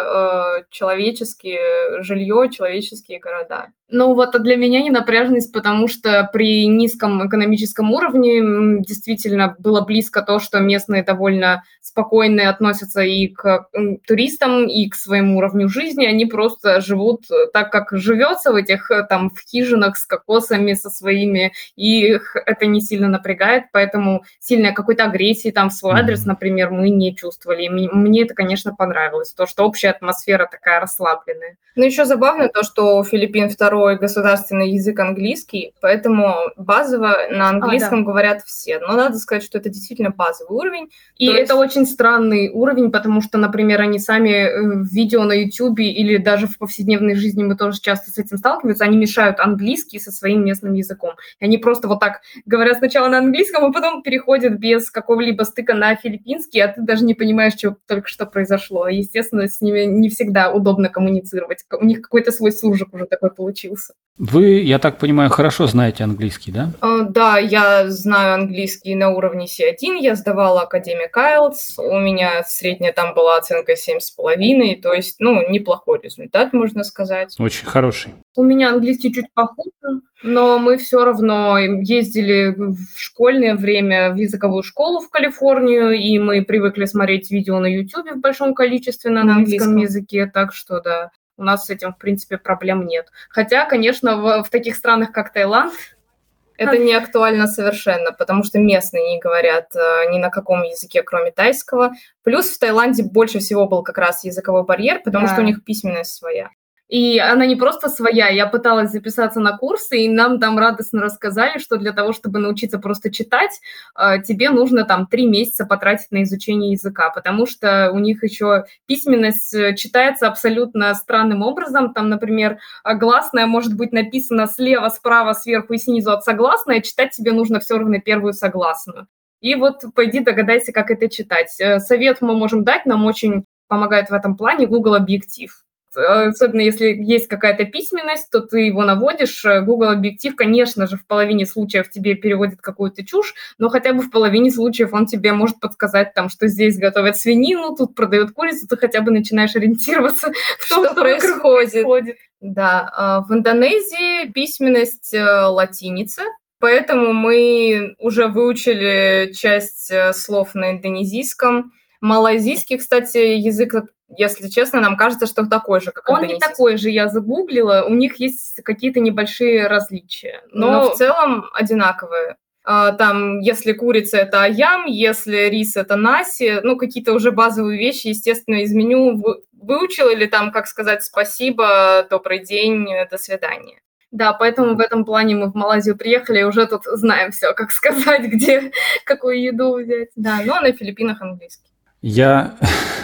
а, человеческие жилье, человеческие города. Ну вот для меня не напряженность, потому что при низком экономическом уровне действительно было близко то, что местные довольно спокойно относятся и к туристам, и к своему уровню жизни. Они просто живут так, как живется в этих там в хижинах с кокосами, со своими, и их это не сильно напрягает, поэтому сильной какой-то агрессии там в свой адрес, например, мы не чувствовали. И мне это, конечно, понравилось, то, что общая атмосфера такая расслабленная. Ну, еще забавно то, что у Филиппин второй государственный язык английский, поэтому базово на английском а, да. говорят все. Но надо сказать, что это действительно базовый уровень. И это есть... очень странный уровень, потому что, например, они сами в видео на YouTube или даже в повседневной жизни мы тоже часто с этим сталкиваемся, они мешают английский со своим местным языком. И они просто вот так говорят сначала на английском, а потом переходят без какого-либо стыка на филиппинский, а ты даже не понимаешь, что только что произошло. Естественно, с ними не всегда удобно коммуницировать. У них какой-то свой суржик уже такой получился. Вы, я так понимаю, хорошо знаете английский, да? Uh, да, я знаю английский на уровне си один, я сдавала Академик айлтс, у меня средняя там была оценка семь с половиной, то есть, ну, неплохой результат, можно сказать. Очень хороший. У меня английский чуть похуже, но мы все равно ездили в школьное время в языковую школу в Калифорнию, и мы привыкли смотреть видео на YouTube в большом количестве на, на английском языке, так что, да, у нас с этим, в принципе, проблем нет. Хотя, конечно, в, в таких странах, как Таиланд, это не актуально совершенно, потому что местные не говорят э, ни на каком языке, кроме тайского. Плюс в Таиланде больше всего был как раз языковой барьер, потому да. что у них письменность своя. И она не просто своя. Я пыталась записаться на курсы, и нам там радостно рассказали, что для того, чтобы научиться просто читать, тебе нужно там три месяца потратить на изучение языка, потому что у них еще письменность читается абсолютно странным образом. Там, например, гласная может быть написана слева, справа, сверху и снизу от согласной, а читать тебе нужно все равно первую согласную. И вот пойди догадайся, как это читать. Совет мы можем дать, нам очень помогает в этом плане Google Объектив. Особенно если есть какая-то письменность, то ты его наводишь. Google Объектив, конечно же, в половине случаев тебе переводит какую-то чушь, но хотя бы в половине случаев он тебе может подсказать, там, что здесь готовят свинину, тут продают курицу, ты хотя бы начинаешь ориентироваться в том, что, что происходит. происходит. Да, в Индонезии письменность латиница, поэтому мы уже выучили часть слов на индонезийском. Малайзийский, кстати, язык, если честно, нам кажется, что такой же, как индонезийский. Он не такой же, я загуглила, у них есть какие-то небольшие различия, но, но в целом одинаковые. Там, если курица – это аям, если рис – это наси, ну, какие-то уже базовые вещи, естественно, из меню выучил, или там, как сказать спасибо, добрый день, до свидания. Да, поэтому в этом плане мы в Малайзию приехали и уже тут знаем все, как сказать, где, какую еду взять. Да, ну, а на Филиппинах английский. Я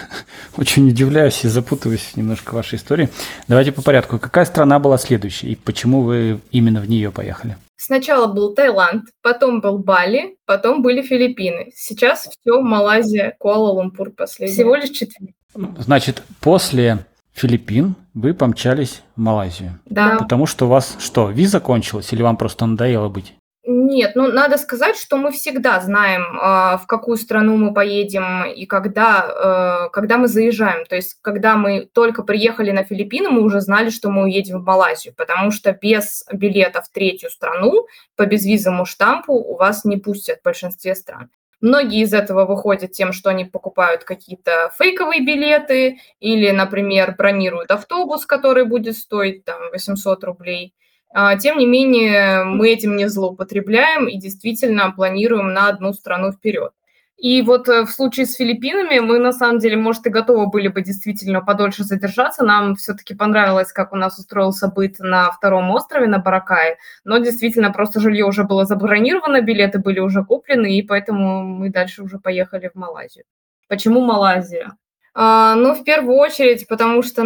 очень удивляюсь и запутываюсь немножко в вашей истории. Давайте по порядку. Какая страна была следующей и почему вы именно в нее поехали? Сначала был Таиланд, потом был Бали, потом были Филиппины. Сейчас все Малайзия, Куала-Лумпур последний. Всего лишь четыре. Значит, после Филиппин вы помчались в Малайзию? Да. Потому что у вас что, виза кончилась или вам просто надоело быть? Нет, ну надо сказать, что мы всегда знаем, э, в какую страну мы поедем и когда, э, когда мы заезжаем. То есть, когда мы только приехали на Филиппины, мы уже знали, что мы уедем в Малайзию, потому что без билета в третью страну по безвизовому штампу у вас не пустят в большинстве стран. Многие из этого выходят тем, что они покупают какие-то фейковые билеты или, например, бронируют автобус, который будет стоить там восемьсот рублей. Тем не менее, мы этим не злоупотребляем и действительно планируем на одну страну вперед. И вот в случае с Филиппинами мы, на самом деле, может, и готовы были бы действительно подольше задержаться. Нам все-таки понравилось, как у нас устроился быт на втором острове, на Боракае. Но действительно, просто жилье уже было забронировано, билеты были уже куплены, и поэтому мы дальше уже поехали в Малайзию. Почему Малайзия? Uh, ну, в первую очередь, потому что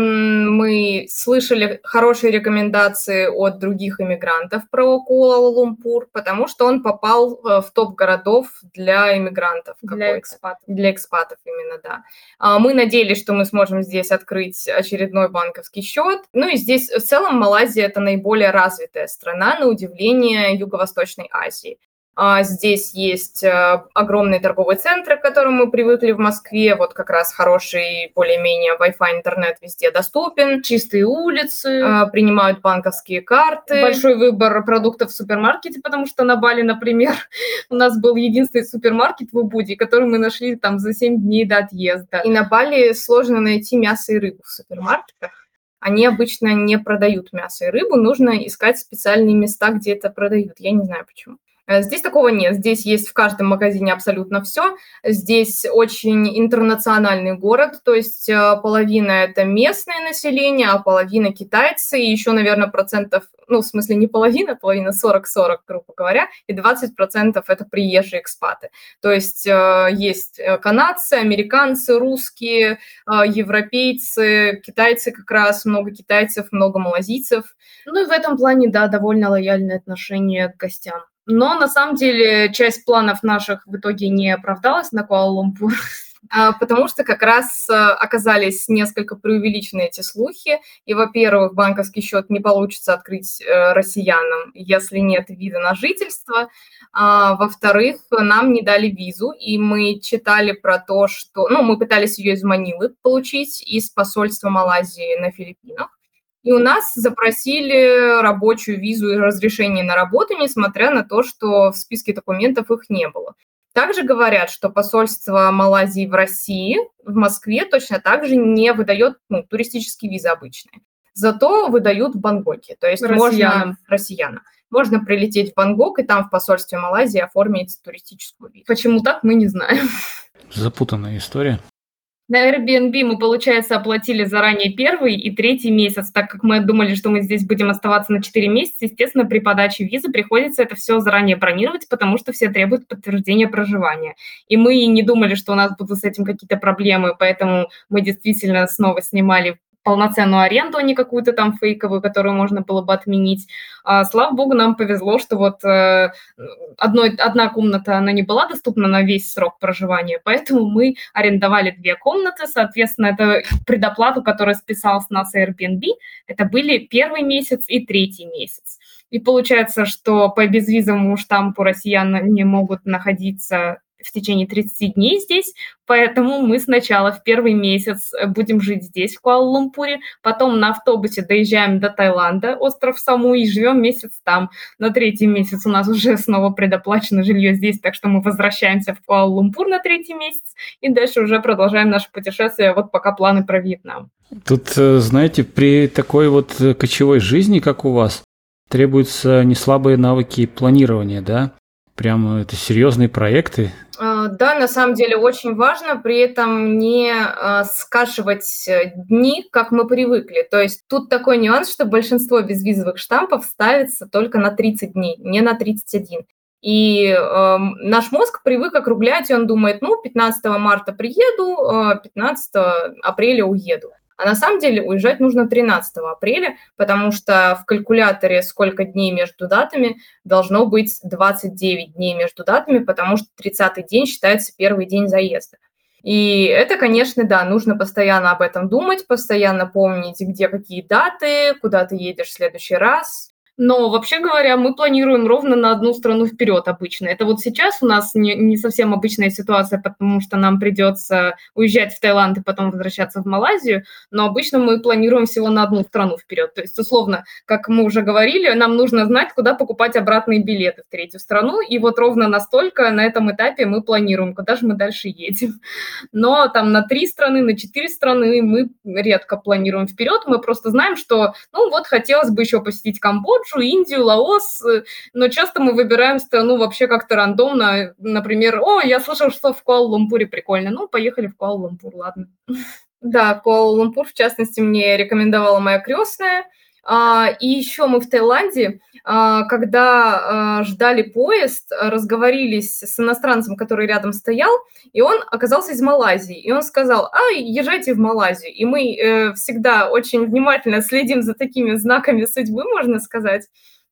мы слышали хорошие рекомендации от других иммигрантов про Куала-Лумпур, потому что он попал в топ городов для иммигрантов. Для экспатов. Для экспатов именно, да. Uh, мы надеялись, что мы сможем здесь открыть очередной банковский счет. Ну и здесь в целом Малайзия – это наиболее развитая страна, на удивление, Юго-Восточной Азии. Здесь есть огромные торговые центры, к которым мы привыкли в Москве. Вот как раз хороший, более-менее Wi-Fi интернет везде доступен. Чистые улицы, принимают банковские карты. Большой выбор продуктов в супермаркете, потому что на Бали, например, у нас был единственный супермаркет в Убуде, который мы нашли там за семь дней до отъезда. И на Бали сложно найти мясо и рыбу в супермаркетах. Они обычно не продают мясо и рыбу, нужно искать специальные места, где это продают. Я не знаю почему. Здесь такого нет. Здесь есть в каждом магазине абсолютно все. Здесь очень интернациональный город, то есть половина – это местное население, а половина – китайцы, и еще, наверное, процентов, ну, в смысле не половина, половина сорок-сорок, грубо говоря, и двадцать процентов – это приезжие экспаты. То есть есть канадцы, американцы, русские, европейцы, китайцы как раз, много китайцев, много малазийцев. Ну и в этом плане, да, довольно лояльное отношение к гостям. Но, на самом деле, часть планов наших в итоге не оправдалась на Куала-Лумпур, потому что как раз оказались несколько преувеличены эти слухи. И, во-первых, банковский счет не получится открыть россиянам, если нет вида на жительство. А, во-вторых, нам не дали визу, и мы читали про то, что... Ну, мы пытались ее из Манилы получить, из посольства Малайзии на Филиппинах. И у нас запросили рабочую визу и разрешение на работу, несмотря на то, что в списке документов их не было. Также говорят, что посольство Малайзии в России, в Москве, точно так же не выдает ну, туристические визы обычные. Зато выдают в Бангкоке, то есть россиянам. можно россиянам. Можно прилететь в Бангкок и там в посольстве Малайзии оформить туристическую визу. Почему так, мы не знаем. Запутанная история. На Airbnb мы, получается, оплатили заранее первый и третий месяц, так как мы думали, что мы здесь будем оставаться на четыре месяца. Естественно, при подаче визы приходится это все заранее бронировать, потому что все требуют подтверждения проживания. И мы не думали, что у нас будут с этим какие-то проблемы, поэтому мы действительно снова снимали полноценную аренду, а не какую-то там фейковую, которую можно было бы отменить. А, слава богу, нам повезло, что вот э, одной, одна комната, она не была доступна на весь срок проживания, поэтому мы арендовали две комнаты, соответственно, это предоплату, которая списала с нас Airbnb, это были первый месяц и третий месяц. И получается, что по безвизовому штампу россияне не могут находиться в течение тридцати дней здесь, поэтому мы сначала в первый месяц будем жить здесь, в Куала-Лумпуре, потом на автобусе доезжаем до Таиланда, остров Саму, и живем месяц там. На третий месяц у нас уже снова предоплачено жилье здесь, так что мы возвращаемся в Куала-Лумпур на третий месяц, и дальше уже продолжаем наше путешествие, вот пока планы про Вьетнам. Тут, знаете, при такой вот кочевой жизни, как у вас, требуются неслабые навыки планирования, да? Прям это серьезные проекты. Да, на самом деле очень важно при этом не скашивать дни, как мы привыкли. То есть тут такой нюанс, что большинство безвизовых штампов ставится только на тридцать дней, не на тридцать один. И э, наш мозг привык округлять, и он думает, ну, пятнадцатого марта приеду, пятнадцатого апреля уеду. А на самом деле уезжать нужно тринадцатого апреля, потому что в калькуляторе сколько дней между датами должно быть двадцать девять дней между датами, потому что тридцатый день считается первый день заезда. И это, конечно, да, нужно постоянно об этом думать, постоянно помнить, где какие даты, куда ты едешь в следующий раз. Но, вообще говоря, мы планируем ровно на одну страну вперед обычно. Это вот сейчас у нас не, не совсем обычная ситуация, потому что нам придется уезжать в Таиланд и потом возвращаться в Малайзию, но обычно мы планируем всего на одну страну вперед. То есть, условно, как мы уже говорили, нам нужно знать, куда покупать обратные билеты в третью страну, и вот ровно настолько на этом этапе мы планируем, куда же мы дальше едем. Но там на три страны, на четыре страны мы редко планируем вперед, мы просто знаем, что, ну вот, хотелось бы еще посетить Камбоджу, Индию, Лаос, но часто мы выбираем страну вообще как-то рандомно. Например, о, я слышал, что в Куала-Лумпуре прикольно. Ну, поехали в Куала-Лумпур, ладно. Да, Куала-Лумпур, в частности, мне рекомендовала моя крестная. И еще мы в Таиланде, когда ждали поезд, разговорились с иностранцем, который рядом стоял, и он оказался из Малайзии. И он сказал, а, езжайте в Малайзию. И мы всегда очень внимательно следим за такими знаками судьбы, можно сказать.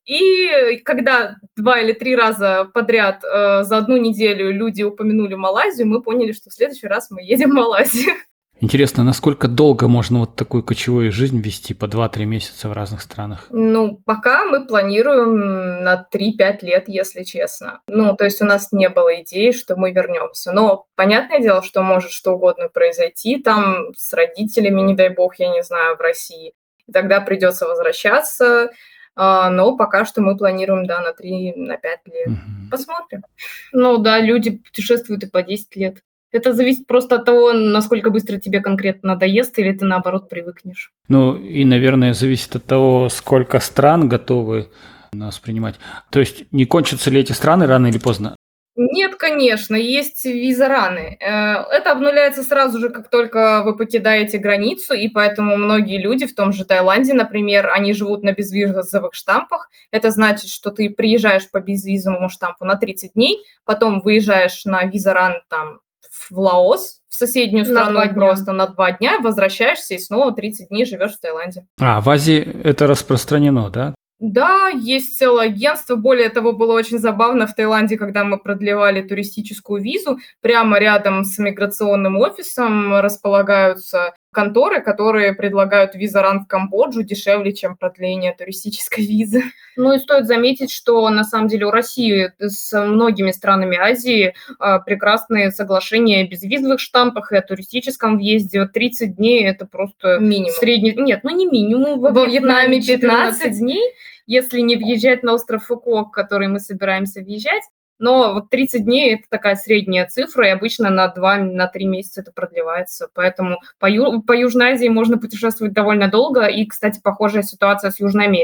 И когда два или три раза подряд за одну неделю люди упомянули Малайзию, мы поняли, что в следующий раз мы едем в Малайзию. Интересно, насколько долго можно вот такую кочевую жизнь вести, по два-три месяца в разных странах? Ну, пока мы планируем на три-пять лет, если честно. Ну, то есть у нас не было идеи, что мы вернемся. Но понятное дело, что может что угодно произойти там с родителями, не дай бог, я не знаю, в России. И тогда придется возвращаться. Но пока что мы планируем, да, на три-пять лет. Угу. Посмотрим. Ну да, люди путешествуют и по десять лет. Это зависит просто от того, насколько быстро тебе конкретно надоест, или ты, наоборот, привыкнешь. Ну, и, наверное, зависит от того, сколько стран готовы нас принимать. То есть не кончатся ли эти страны рано или поздно? Нет, конечно, есть виза-раны. Это обнуляется сразу же, как только вы покидаете границу, и поэтому многие люди в том же Таиланде, например, они живут на безвизовых штампах. Это значит, что ты приезжаешь по безвизовому штампу на тридцать дней, потом выезжаешь на виза-ран там в Лаос, в соседнюю страну на просто на два дня, возвращаешься и снова тридцать дней живешь в Таиланде. А, в Азии это распространено, да? Да, есть целое агентство. Более того, было очень забавно в Таиланде, когда мы продлевали туристическую визу, прямо рядом с миграционным офисом располагаются конторы, которые предлагают виза-ран в Камбоджу дешевле, чем продление туристической визы. Ну и стоит заметить, что на самом деле у России с многими странами Азии а, прекрасные соглашения о безвизовых штампах и о туристическом въезде. тридцать дней – это просто минимум. Средний... Нет, ну не минимум. Во, Во Вьетнаме пятнадцать дней, если не въезжать на остров Фуко, в который мы собираемся въезжать. Но вот тридцать дней – это такая средняя цифра, и обычно на два-три месяца это продлевается. Поэтому по, Ю- по Южной Азии можно путешествовать довольно долго. И, кстати, похожая ситуация с Южной Америкой.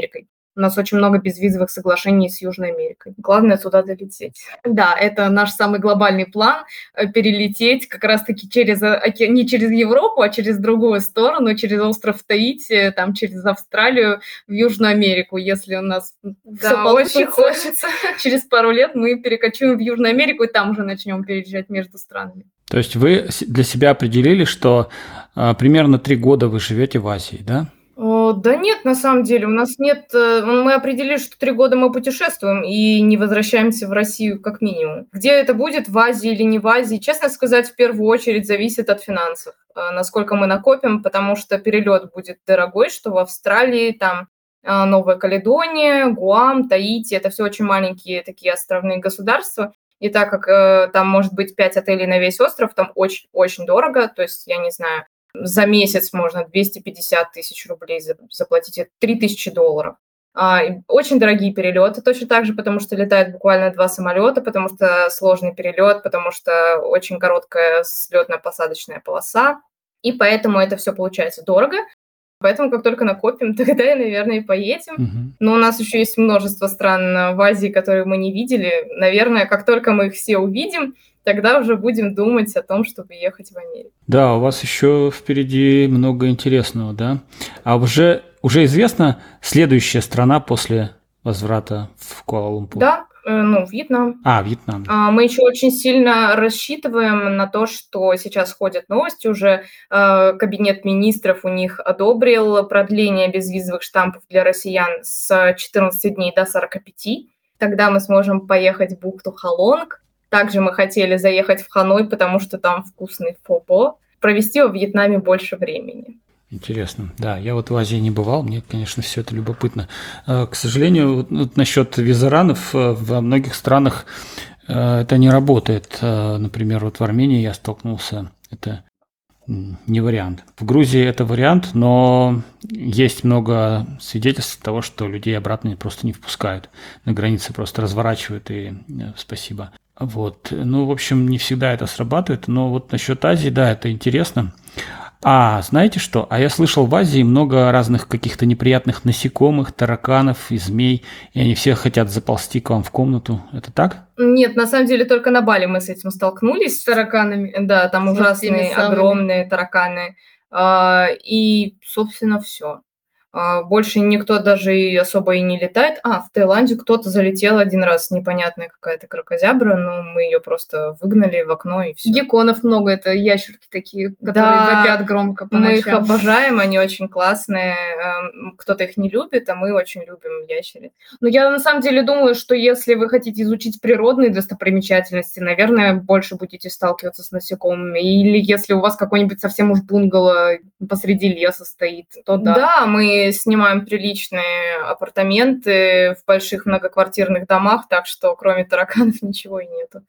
У нас очень много безвизовых соглашений с Южной Америкой. Главное туда долететь. Да, это наш самый глобальный план э, перелететь как раз-таки через оке- не через Европу, а через другую сторону, через остров Таити, там через Австралию в Южную Америку. Если у нас все Да, очень получится, хочется. через пару лет мы перекочуем в Южную Америку и там уже начнем переезжать между странами. То есть вы с- для себя определили, что а, примерно три года вы живете в Азии, да? О, да нет, на самом деле, у нас нет... э, Мы определили, что три года мы путешествуем и не возвращаемся в Россию как минимум. Где это будет, в Азии или не в Азии, честно сказать, в первую очередь зависит от финансов, э, насколько мы накопим, потому что перелет будет дорогой, что в Австралии, там э, Новая Каледония, Гуам, Таити, это все очень маленькие такие островные государства. И так как э, там может быть пять отелей на весь остров, там очень-очень дорого, то есть, я не знаю, за месяц можно двести пятьдесят тысяч рублей за- заплатить, это три тысячи долларов. А, и очень дорогие перелеты точно так же, потому что летают буквально два самолета, потому что сложный перелет, потому что очень короткая взлетно-посадочная полоса, и поэтому это все получается дорого. Поэтому как только накопим, тогда, и, наверное, и поедем. Мгм. Но у нас еще есть множество стран э, в Азии, которые мы не видели. Наверное, как только мы их все увидим, тогда уже будем думать о том, чтобы ехать в Америку. Да, у вас еще впереди много интересного, да? А уже, уже известна следующая страна после возврата в Куала-Лумпур? Да, э, ну, Вьетнам. А, Вьетнам. А, Мы еще очень сильно рассчитываем на то, что сейчас ходят новости, уже э, кабинет министров у них одобрил продление безвизовых штампов для россиян с четырнадцати дней до сорока пяти. Тогда мы сможем поехать в бухту Халонг. Также мы хотели заехать в Ханой, потому что там вкусный фобо. Провести во Вьетнаме больше времени. Интересно. Да, я вот в Азии не бывал, мне, конечно, все это любопытно. Э, К сожалению, вот, вот насчет визаранов э, во многих странах э, это не работает. Э, Например, вот в Армении я столкнулся, это м, не вариант. В Грузии это вариант, но есть много свидетельств того, что людей обратно просто не впускают. На границе просто разворачивают и э, спасибо. Вот. Ну, в общем, не всегда это срабатывает, но вот насчет Азии, да, это интересно. А, знаете что? А я слышал, в Азии много разных каких-то неприятных насекомых, тараканов и змей, и они все хотят заползти к вам в комнату. Это так? Нет, на самом деле только на Бали мы с этим столкнулись. С тараканами. Да, там Со ужасные, всеми самыми. огромные тараканы. А, И, собственно, все. Больше никто даже и особо и не летает. А, в Таиланде кто-то залетел один раз, непонятная какая-то крокозябра, но мы ее просто выгнали в окно и все. Гекконов много, это ящерки такие, которые Да, вопят громко по Мы их ночам. обожаем, они очень классные. эм, Кто-то их не любит, а мы очень любим ящериц. Но я на самом деле думаю, что если вы хотите изучить природные достопримечательности, наверное, больше будете сталкиваться с насекомыми. Или если у вас какой-нибудь совсем уж бунгало посреди леса стоит, то да. Да, мы снимаем приличные апартаменты в больших многоквартирных домах, так что кроме тараканов ничего и нету.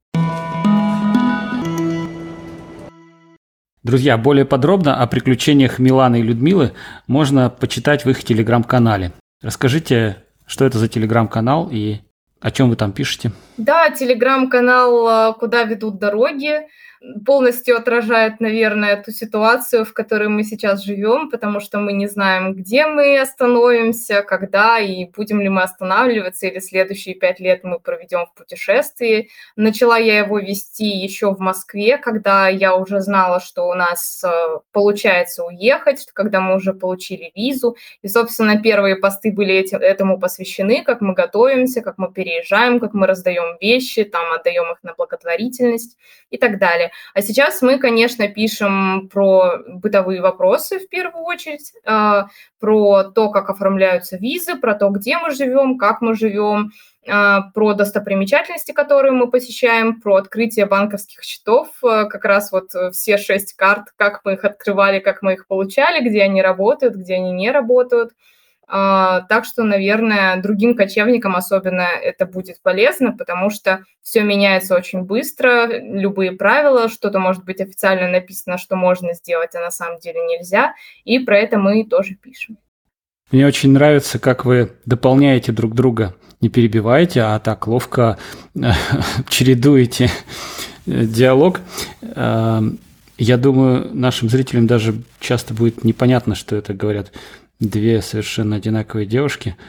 Друзья, более подробно о приключениях Миланы и Людмилы можно почитать в их телеграм-канале. Расскажите, что это за телеграм-канал и о чем вы там пишете? Да, телеграм-канал «Куда ведут дороги» полностью отражает, наверное, ту ситуацию, в которой мы сейчас живем, потому что мы не знаем, где мы остановимся, когда и будем ли мы останавливаться, или следующие пять лет мы проведем в путешествии. Начала я его вести еще в Москве, когда я уже знала, что у нас получается уехать, когда мы уже получили визу. И, собственно, первые посты были этим, этому посвящены, как мы готовимся, как мы переезжаем, как мы раздаем вещи, там отдаем их на благотворительность и так далее. А сейчас мы, конечно, пишем про бытовые вопросы в первую очередь, про то, как оформляются визы, про то, где мы живем, как мы живем, про достопримечательности, которые мы посещаем, про открытие банковских счетов, как раз вот все шесть карт, как мы их открывали, как мы их получали, где они работают, где они не работают. Так что, наверное, другим кочевникам особенно это будет полезно, потому что все меняется очень быстро, любые правила, что-то может быть официально написано, что можно сделать, а на самом деле нельзя, и про это мы тоже пишем. Мне очень нравится, как вы дополняете друг друга, не перебиваете, а так ловко чередуете диалог. Я думаю, нашим зрителям даже часто будет непонятно, что это говорят две совершенно одинаковые девушки.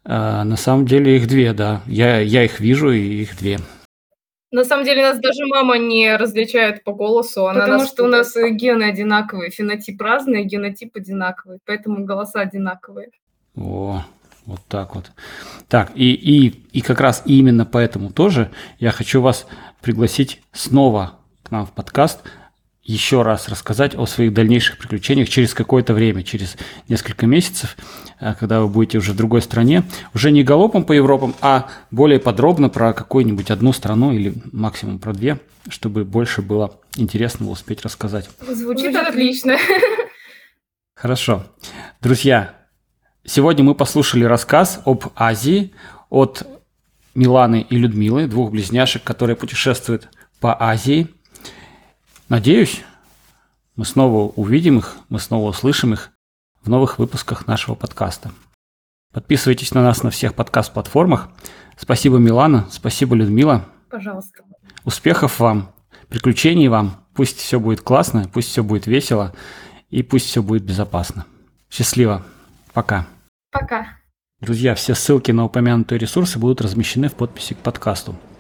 А, на самом деле их две, да. Я, я их вижу, и их две. На самом деле нас даже мама не различает по голосу. Она Потому нас что у путает. нас э, гены одинаковые, фенотип разный, генотип одинаковый, поэтому голоса одинаковые. О, вот так вот. Так, и, и, и как раз именно поэтому тоже я хочу вас пригласить снова к нам в подкаст, еще раз рассказать о своих дальнейших приключениях через какое-то время, через несколько месяцев, а, когда вы будете уже в другой стране, уже не галопом по Европам, а более подробно про какую-нибудь одну страну или максимум про две, чтобы больше было интересного успеть рассказать. Звучит Звучит отлично. Хорошо. Друзья, сегодня мы послушали рассказ об Азии от Миланы и Людмилы, двух близняшек, которые путешествуют по Азии. Надеюсь, мы снова увидим их, мы снова услышим их в новых выпусках нашего подкаста. Подписывайтесь на нас на всех подкаст-платформах. Спасибо, Милана, спасибо, Людмила. Пожалуйста. Успехов вам, приключений вам. Пусть все будет классно, пусть все будет весело и пусть все будет безопасно. Счастливо. Пока. Пока. Друзья, все ссылки на упомянутые ресурсы будут размещены в подписи к подкасту.